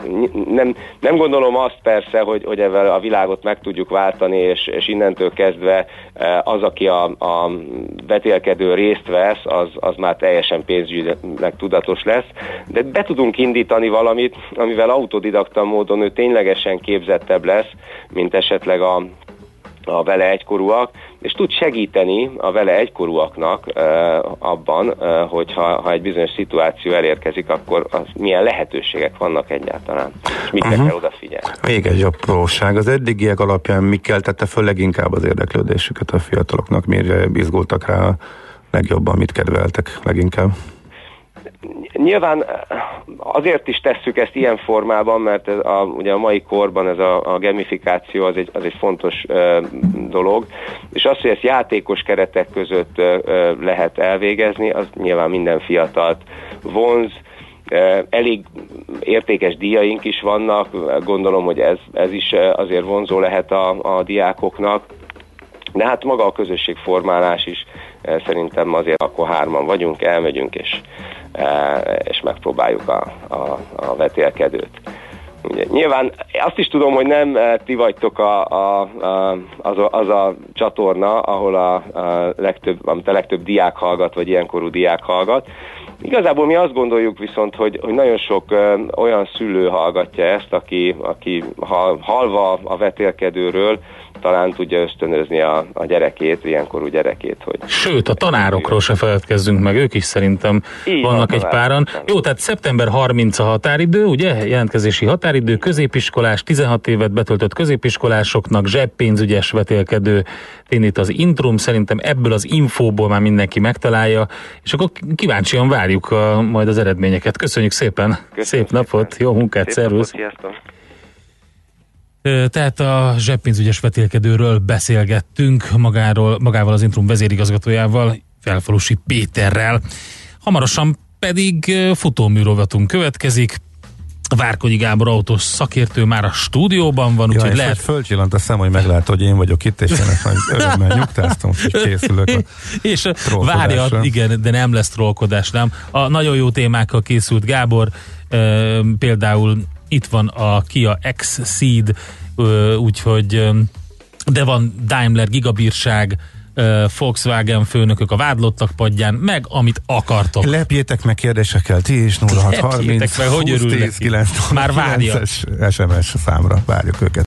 nem gondolom azt persze, hogy ezzel a világot meg tudjuk váltani, és innentől kezdve az, aki a vetélkedő részt vesz, az már teljesen pénzügyileg tudatos lesz, de be tudunk indítani valamit, amivel autodidakta módon ő ténylegesen képzettebb lesz, mint esetleg a vele egykorúak, és tud segíteni a vele egykorúaknak abban, hogyha egy bizonyos szituáció elérkezik, akkor milyen lehetőségek vannak egyáltalán, és mikre kell odafigyelni. Még egy apróság, az eddigiek alapján mi keltette föl leginkább az érdeklődésüket a fiataloknak, mire izgultak rá legjobban, mit kedveltek leginkább? Nyilván azért is tesszük ezt ilyen formában, mert ugye a mai korban ez a gamifikáció az egy fontos dolog, és az, hogy ezt játékos keretek között lehet elvégezni, az nyilván minden fiatalt vonz. Elég értékes díjaink is vannak, gondolom, hogy ez is azért vonzó lehet a diákoknak, de hát maga a közösségformálás is szerintem azért akkor hárman vagyunk, elmegyünk és megpróbáljuk a vetélkedőt. Ugye, nyilván azt is tudom, hogy nem ti vagytok az a csatorna, ahol amit a legtöbb diák hallgat, vagy ilyenkorú diák hallgat. Igazából mi azt gondoljuk viszont, hogy nagyon sok olyan szülő hallgatja ezt, aki hallva a vetélkedőről, talán tudja ösztönözni a gyerekét, ilyenkorú gyerekét. Hogy sőt, a tanárokról se feledkezzünk meg, ők is szerintem vannak egy páran. Jó, tehát szeptember 30 a határidő, ugye? Jelentkezési határidő, középiskolás, 16 évet betöltött középiskolásoknak, zseppénzügyes vetélkedő, itt az Intrum, szerintem ebből az infóból már mindenki megtalálja, és akkor kíváncsian várjuk majd az eredményeket. Köszönjük szépen! Szép napot, jó munkát, szervusz! Tehát a zseppénzügyes vetélkedőről beszélgettünk magával az Intrum vezérigazgatójával, Felfalusi Péterrel. Hamarosan pedig futóműrovatunk következik. Várkonyi Gábor autós szakértő már a stúdióban van, úgyhogy lehet... Fölcsillant a szem, hogy meglát, hogy én vagyok itt, és én ezt majd örömmel nyugtáztam, és készülök a és várja, igen, de nem lesz trollkodás, nem. A nagyon jó témákkal készült Gábor, például itt van a Kia X-Ceed, úgyhogy de van Daimler gigabírság, Volkswagen főnökök a vádlottak padján, meg amit akartok. Lepjétek meg kérdésekkel ti is, 0630 20 10 9 már várja. SMS számra várjuk őket.